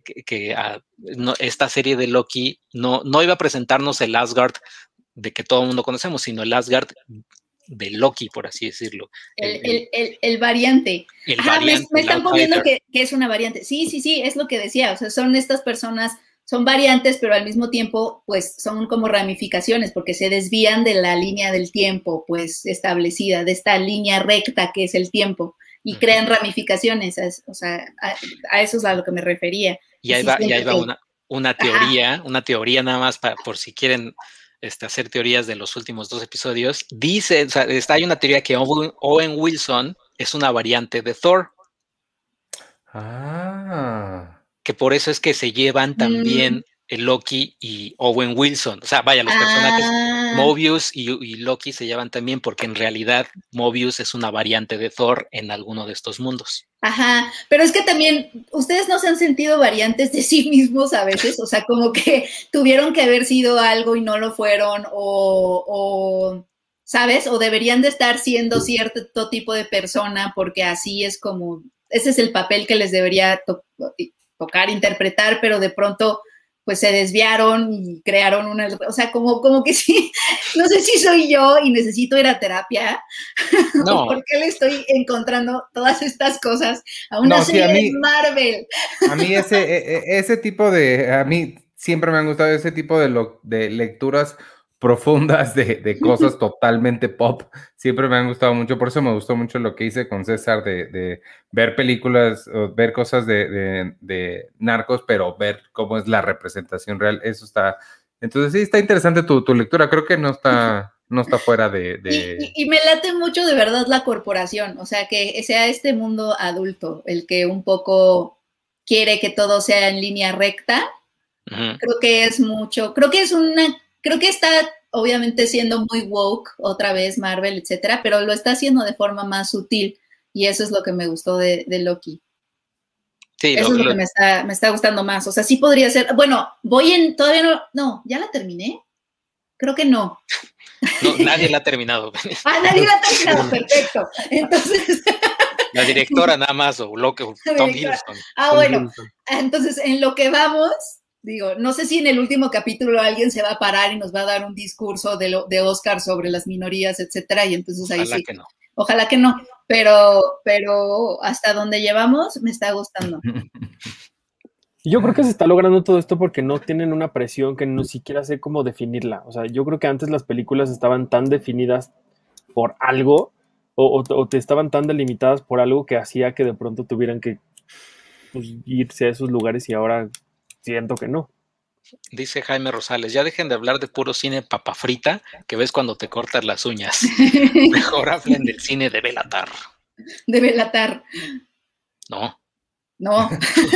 esta serie de Loki no iba a presentarnos el Asgard de que todo el mundo conocemos, sino el Asgard de Loki, por así decirlo. El variante. Me están poniendo que es una variante. Sí, es lo que decía. O sea, son estas personas, son variantes, pero al mismo tiempo, pues, son como ramificaciones, porque se desvían de la línea del tiempo, pues, establecida, de esta línea recta que es el tiempo, y crean ramificaciones. O sea, a eso es a lo que me refería. Y ahí va una teoría nada más por si quieren hacer teorías de los últimos 2 episodios. Dice, o sea, hay una teoría que Owen Wilson es una variante de Thor. que por eso es que se llevan también el Loki y Owen Wilson. O sea, vaya, los personajes Mobius y Loki se llevan también porque en realidad Mobius es una variante de Thor en alguno de estos mundos. Ajá, pero es que también ustedes no se han sentido variantes de sí mismos a veces, o sea, como que tuvieron que haber sido algo y no lo fueron, o ¿sabes? O deberían de estar siendo cierto tipo de persona porque así es como, ese es el papel que les debería tocar, interpretar, pero de pronto pues se desviaron y crearon una, o sea, como que sí, no sé si soy yo y necesito ir a terapia, no. o por qué le estoy encontrando todas estas cosas a una serie de Marvel. A mí ese tipo a mí siempre me han gustado ese tipo de lecturas profundas de cosas totalmente pop, siempre me han gustado mucho, por eso me gustó mucho lo que hice con César de ver películas, o ver cosas de narcos, pero ver cómo es la representación real, eso está, entonces sí, está interesante tu lectura, creo que no está fuera de... Y me late mucho de verdad la corporación, o sea, que sea este mundo adulto, el que un poco quiere que todo sea en línea recta, creo que es mucho, creo que está obviamente siendo muy woke otra vez Marvel, etcétera, pero lo está haciendo de forma más sutil y eso es lo que me gustó de Loki. Sí, eso es lo que me está gustando más. O sea, sí podría ser. Bueno, todavía no, ¿ya la terminé? Creo que no. No, nadie la ha terminado. Nadie la ha terminado, perfecto. Entonces. La directora nada más, o Tom Hiddleston. Bueno, entonces en lo que vamos. Digo, no sé si en el último capítulo alguien se va a parar y nos va a dar un discurso de Oscar sobre las minorías, etcétera, y entonces ahí ojalá sí. Que no. Ojalá que no, pero hasta donde llevamos me está gustando. Yo creo que se está logrando todo esto porque no tienen una presión que no siquiera sé cómo definirla. O sea, yo creo que antes las películas estaban tan definidas por algo o te estaban tan delimitadas por algo que hacía que de pronto tuvieran que pues, irse a esos lugares y ahora siento que no. Dice Jaime Rosales, ya dejen de hablar de puro cine papa frita que ves cuando te cortas las uñas. Mejor hablen del cine de Bél Atar. De Bél Atar. No. No,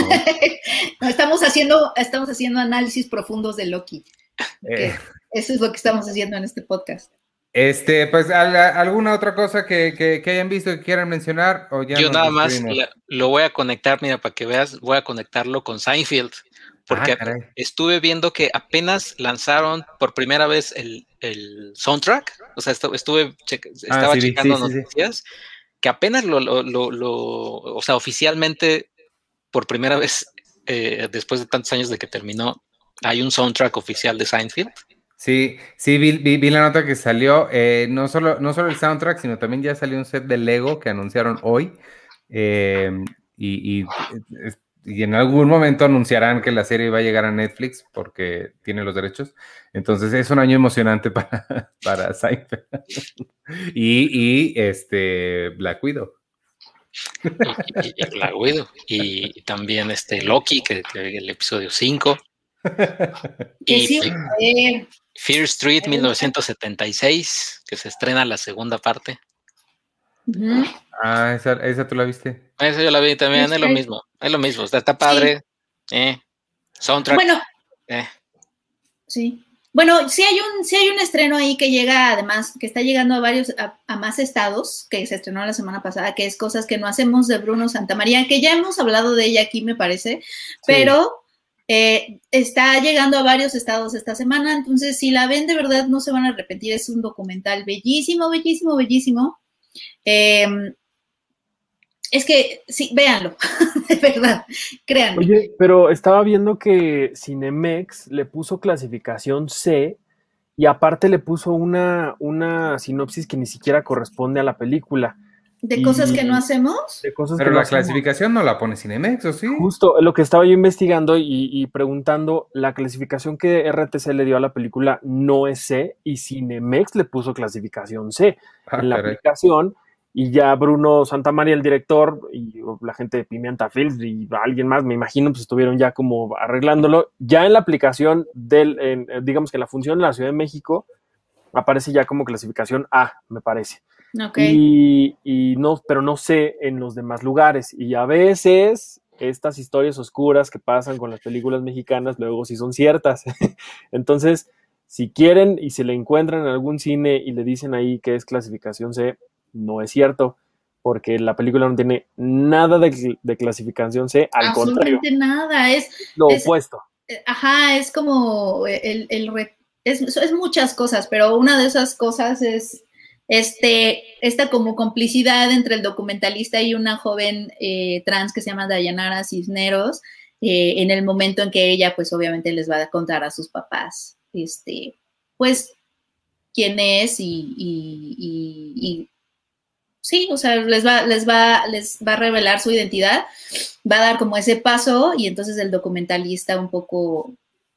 estamos haciendo análisis profundos de Loki. Eso es lo que estamos haciendo en este podcast. Pues, ¿alguna otra cosa que hayan visto que quieran mencionar? ¿O ya yo nada más lo voy a conectar, mira, para que veas, voy a conectarlo con Seinfeld, porque estuve viendo que apenas lanzaron por primera vez el soundtrack, o sea, estaba checando noticias, que apenas o sea, oficialmente, por primera vez, después de tantos años de que terminó, hay un soundtrack oficial de Seinfeld. Sí, vi la nota que salió, no solo el soundtrack, sino también ya salió un set de Lego que anunciaron hoy, y en algún momento anunciarán que la serie va a llegar a Netflix porque tiene los derechos, entonces es un año emocionante para Seinfeld, y Black Widow. Y Black Widow, y también Loki, que el episodio 5. Y sí, Fear Street 1976, que se estrena la segunda parte. Esa tú la viste. Esa yo la vi también, es lo mismo, está padre. Sí. Soundtrack. Bueno, sí. Bueno, sí hay un estreno ahí que llega, además, que está llegando a más estados, que se estrenó la semana pasada, que es Cosas que no hacemos, de Bruno Santamaría, que ya hemos hablado de ella aquí, me parece, pero está llegando a varios estados esta semana, entonces si la ven de verdad no se van a arrepentir, es un documental bellísimo, bellísimo, bellísimo. Es que, sí, véanlo, de verdad, créanme. Oye, pero estaba viendo que Cinemex le puso clasificación C y aparte le puso una sinopsis que ni siquiera corresponde a la película. ¿De cosas que no hacemos? De cosas pero que la no hacemos. clasificación no la pone Cinemex, ¿o sí? Justo lo que estaba yo investigando y preguntando, la clasificación que RTC le dio a la película no es C y Cinemex le puso clasificación C en la aplicación. Y ya Bruno Santamaría, el director, y la gente de Pimienta Films y alguien más, me imagino, pues estuvieron ya como arreglándolo. Ya en la aplicación digamos que en la función de la Ciudad de México, aparece ya como clasificación A, me parece. Okay. Y no, pero no sé en los demás lugares. Y a veces estas historias oscuras que pasan con las películas mexicanas luego sí son ciertas. Entonces, si quieren y se le encuentran en algún cine y le dicen ahí que es clasificación C, no es cierto, porque la película no tiene nada de clasificación C, al contrario. Absolutamente nada, es lo opuesto. Ajá, es como es muchas cosas, pero una de esas cosas es esta como complicidad entre el documentalista y una joven trans que se llama Dayanara Cisneros, en el momento en que ella, pues obviamente les va a contar a sus papás, pues, quién es y sí, o sea, les va a revelar su identidad, va a dar como ese paso y entonces el documentalista un poco,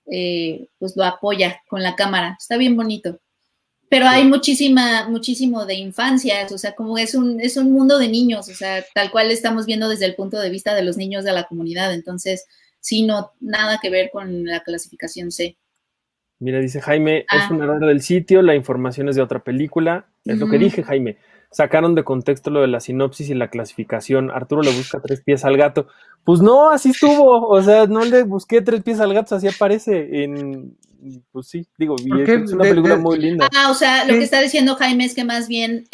pues lo apoya con la cámara. Está bien bonito. Pero hay muchísimo de infancias, o sea, como es un mundo de niños, o sea, tal cual estamos viendo desde el punto de vista de los niños de la comunidad. Entonces, sí, no, nada que ver con la clasificación C. Mira, dice Jaime, es un error del sitio, la información es de otra película. Es lo que dije, Jaime. Sacaron de contexto lo de la sinopsis y la clasificación. Arturo le busca 3 pies al gato. Pues no, así estuvo. O sea, no le busqué 3 pies al gato, así aparece en... Pues sí, digo, es una película muy linda. O sea, lo que está diciendo Jaime es que más bien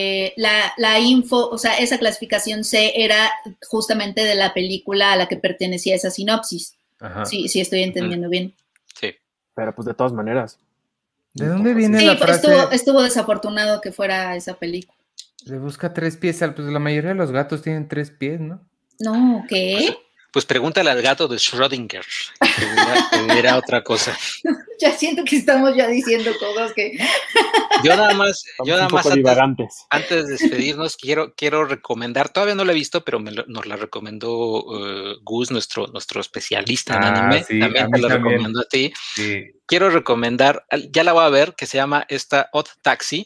la info, o sea, esa clasificación C era justamente de la película a la que pertenecía esa sinopsis. Ajá. Sí, estoy entendiendo bien. Sí. Pero pues de todas maneras. ¿De dónde viene la frase? Estuvo desafortunado que fuera esa película. Le busca 3 pies, pues la mayoría de los gatos tienen 3 pies, ¿no? No, ¿qué? Pues pregúntale al gato de Schrödinger, que dirá otra cosa. Ya siento que estamos ya diciendo cosas que... Yo nada más antes de despedirnos, quiero recomendar, todavía no la he visto, pero nos la recomendó Gus, nuestro especialista en anime. Sí, también te la recomiendo a ti. Sí. Quiero recomendar, ya la voy a ver, que se llama esta Odd Taxi,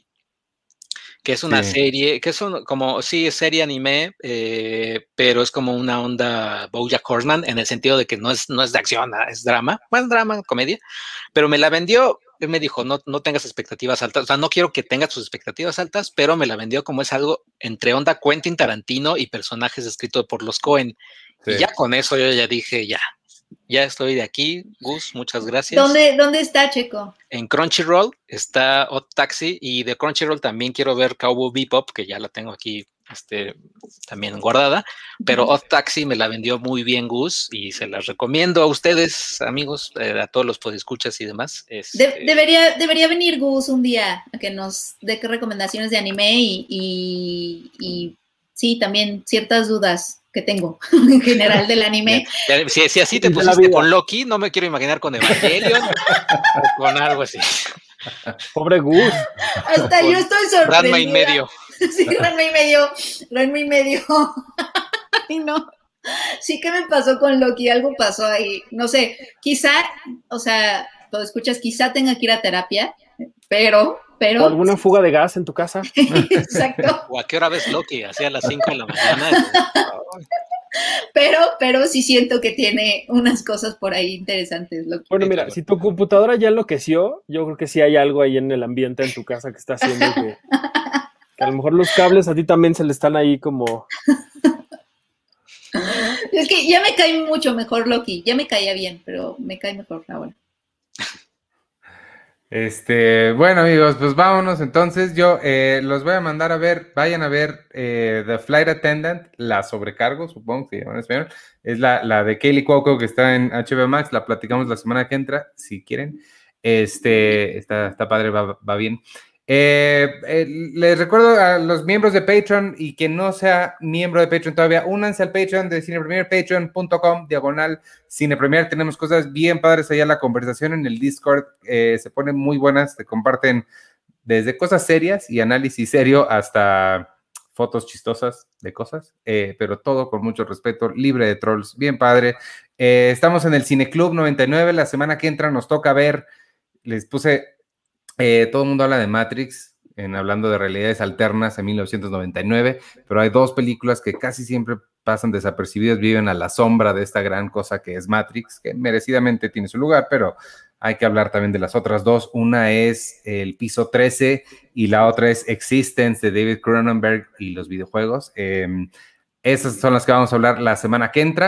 que es una serie, que es es serie anime, pero es como una onda BoJack Horseman, en el sentido de que no es de acción, es drama, bueno, drama, comedia, pero me la vendió, él me dijo, no tengas expectativas altas, o sea, no quiero que tengas tus expectativas altas, pero me la vendió como es algo entre onda Quentin Tarantino y personajes escritos por los Coen, y ya con eso yo ya dije, ya estoy de aquí, Gus, muchas gracias. ¿Dónde está, Checo? En Crunchyroll está Odd Taxi, y de Crunchyroll también quiero ver Cowboy Bebop, que ya la tengo aquí también guardada, pero Odd Taxi me la vendió muy bien Gus y se la recomiendo a ustedes, amigos, a todos los podescuchas y demás. Debería venir Gus un día a que nos dé recomendaciones de anime y sí, también ciertas dudas que tengo en general del anime. Si así te pusiste con Loki, no me quiero imaginar con Evangelion o con algo así. Pobre Gus. Hasta yo estoy sorprendida. Ranma y medio. Sí, Ranma y medio. Ay, no. Sí, ¿qué me pasó con Loki? Algo pasó ahí. No sé, quizá, o sea, lo escuchas, quizá tenga que ir a terapia, pero... ¿O alguna fuga de gas en tu casa? Exacto. ¿O a qué hora ves Loki? ¿Hacia las 5 de la mañana? Pero sí siento que tiene unas cosas por ahí interesantes. Loki. Bueno, mira, si tu computadora ya enloqueció, yo creo que sí hay algo ahí en el ambiente en tu casa que está haciendo que a lo mejor los cables a ti también se le están ahí como... Es que ya me cae mucho mejor Loki. Ya me caía bien, pero me cae mejor ahora. Bueno, amigos, pues vámonos entonces. Yo los voy a mandar a ver, vayan a ver The Flight Attendant, la sobrecargo, supongo que se llama en español. Es la de Kaley Cuoco que está en HBO Max, la platicamos la semana que entra, si quieren. Está padre, va bien. Les recuerdo a los miembros de Patreon y quien no sea miembro de Patreon todavía, únanse al Patreon de Cine Premier, patreon.com/Cine Premier. Tenemos cosas bien padres allá, la conversación en el Discord se pone muy buenas, se comparten desde cosas serias y análisis serio hasta fotos chistosas de cosas, pero todo con mucho respeto, libre de trolls, bien padre. Estamos en el Cine Club 99, la semana que entra nos toca ver, les puse... todo el mundo habla de Matrix, hablando de realidades alternas en 1999, pero hay 2 películas que casi siempre pasan desapercibidas, viven a la sombra de esta gran cosa que es Matrix, que merecidamente tiene su lugar, pero hay que hablar también de las otras 2. Una es El Piso 13 y la otra es Existence de David Cronenberg y los videojuegos. Esas son las que vamos a hablar la semana que entra.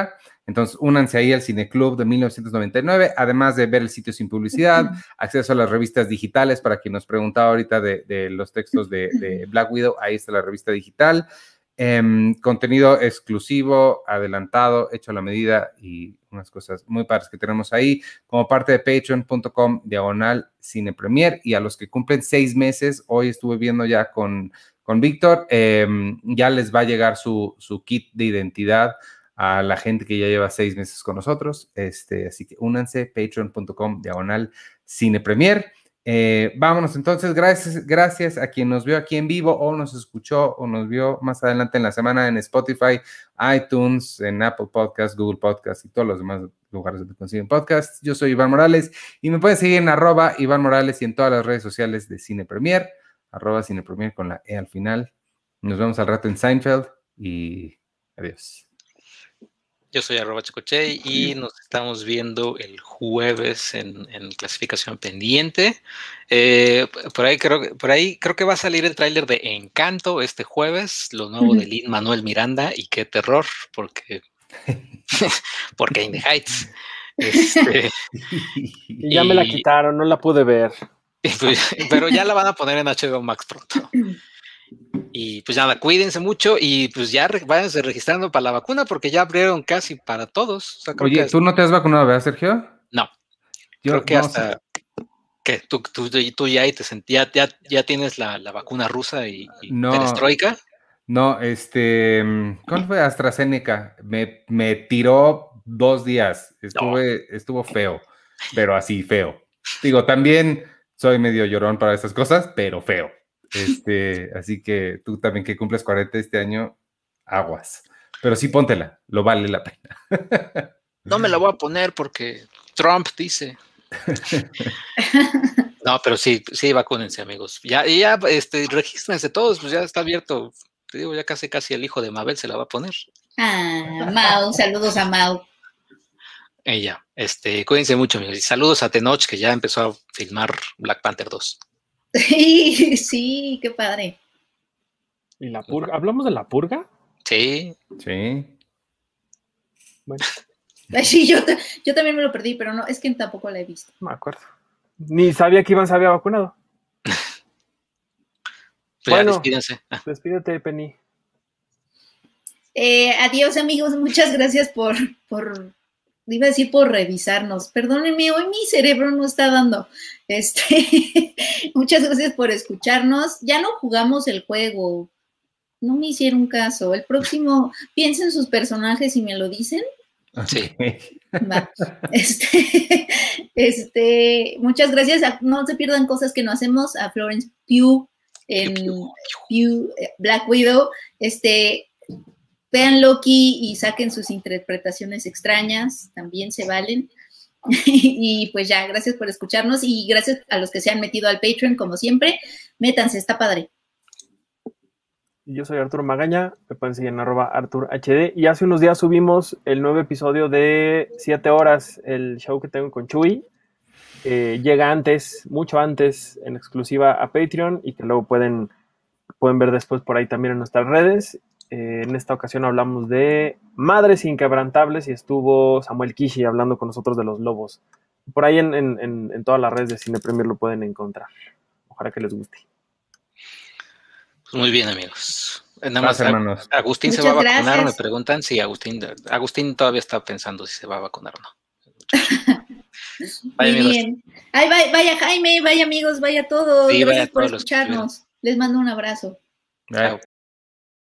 Entonces, únanse ahí al Cineclub de 1999, además de ver el sitio sin publicidad, acceso a las revistas digitales, para quien nos preguntaba ahorita de los textos de Black Widow, ahí está la revista digital. Contenido exclusivo, adelantado, hecho a la medida y unas cosas muy padres que tenemos ahí como parte de patreon.com/cinepremier. Y a los que cumplen 6 meses, hoy estuve viendo ya con Víctor, ya les va a llegar su kit de identidad a la gente que ya lleva 6 meses con nosotros. Así que únanse, patreon.com/cinepremier. Vámonos entonces, gracias a quien nos vio aquí en vivo o nos escuchó o nos vio más adelante en la semana en Spotify, iTunes, en Apple Podcasts, Google Podcasts y todos los demás lugares donde consiguen podcasts. Yo soy Iván Morales y me pueden seguir en @Iván Morales y en todas las redes sociales de Cine Premier, @cinepremier con la E al final. Nos vemos al rato en Seinfeld y adiós. Yo soy @Chicoche y nos estamos viendo el jueves en clasificación pendiente. Por ahí creo que va a salir el tráiler de Encanto este jueves, lo nuevo de Lin-Manuel Miranda, y qué terror, porque In the Heights. Y ya me la quitaron, no la pude ver. Pero ya la van a poner en HBO Max pronto. Y pues nada, cuídense mucho y pues ya váyanse registrando para la vacuna porque ya abrieron casi para todos. O sea, oye, ¿tú no te has vacunado, verdad, Sergio? No. Creo que hasta que tú ya ahí te sentías, ya tienes la vacuna rusa y perestroika. No, ¿cuál fue? AstraZeneca. Me tiró 2 días. Estuvo feo, pero así feo. Digo, también soy medio llorón para estas cosas, pero feo. Así que tú también que cumples 40 este año, aguas. Pero sí póntela, lo vale la pena. No me la voy a poner porque Trump dice. No, pero sí, vacúnense, amigos. Ya, regístrense todos, pues ya está abierto. Te digo, ya casi el hijo de Mabel se la va a poner. Mau, saludos a Mau. Ella, cuídense mucho, amigos. Y saludos a Tenoch, que ya empezó a filmar Black Panther 2. Sí, qué padre. ¿Y la purga? ¿Hablamos de la purga? Sí. Bueno. Sí, yo también me lo perdí, pero no, es que tampoco la he visto. No me acuerdo. Ni sabía que Iván se había vacunado. Bueno, despídense. Despídete, Penny. Adiós, amigos. Muchas gracias por iba a decir por revisarnos. Perdónenme, hoy mi cerebro no está dando. Muchas gracias por escucharnos. Ya no jugamos el juego. No me hicieron caso. El próximo, piensen sus personajes y me lo dicen. Sí. Va. Muchas gracias. No se pierdan cosas que no hacemos. A Florence Pugh en Pugh, Black Widow. Vean Loki y saquen sus interpretaciones extrañas, también se valen. Y pues ya, gracias por escucharnos y gracias a los que se han metido al Patreon, como siempre. Métanse, está padre. Yo soy Arturo Magaña, me pueden seguir en @ArturHD, y hace unos días subimos el nuevo episodio de 7 horas, el show que tengo con Chuy. Llega antes, mucho antes, en exclusiva a Patreon, y que luego pueden ver después por ahí también en nuestras redes. En esta ocasión hablamos de Madres Inquebrantables y estuvo Samuel Kishi hablando con nosotros de los lobos. Por ahí en todas las redes de Cine Premier lo pueden encontrar. Ojalá que les guste. Pues muy bien, amigos. Nada más, hermanos. Agustín Muchas se va a vacunar. gracias. Me preguntan si Agustín todavía está pensando si se va a vacunar o no. Vaya, muy bien. Ay, vaya Jaime, vaya amigos, vaya todos. Sí, gracias vaya por todos escucharnos. Les mando un abrazo. Chao.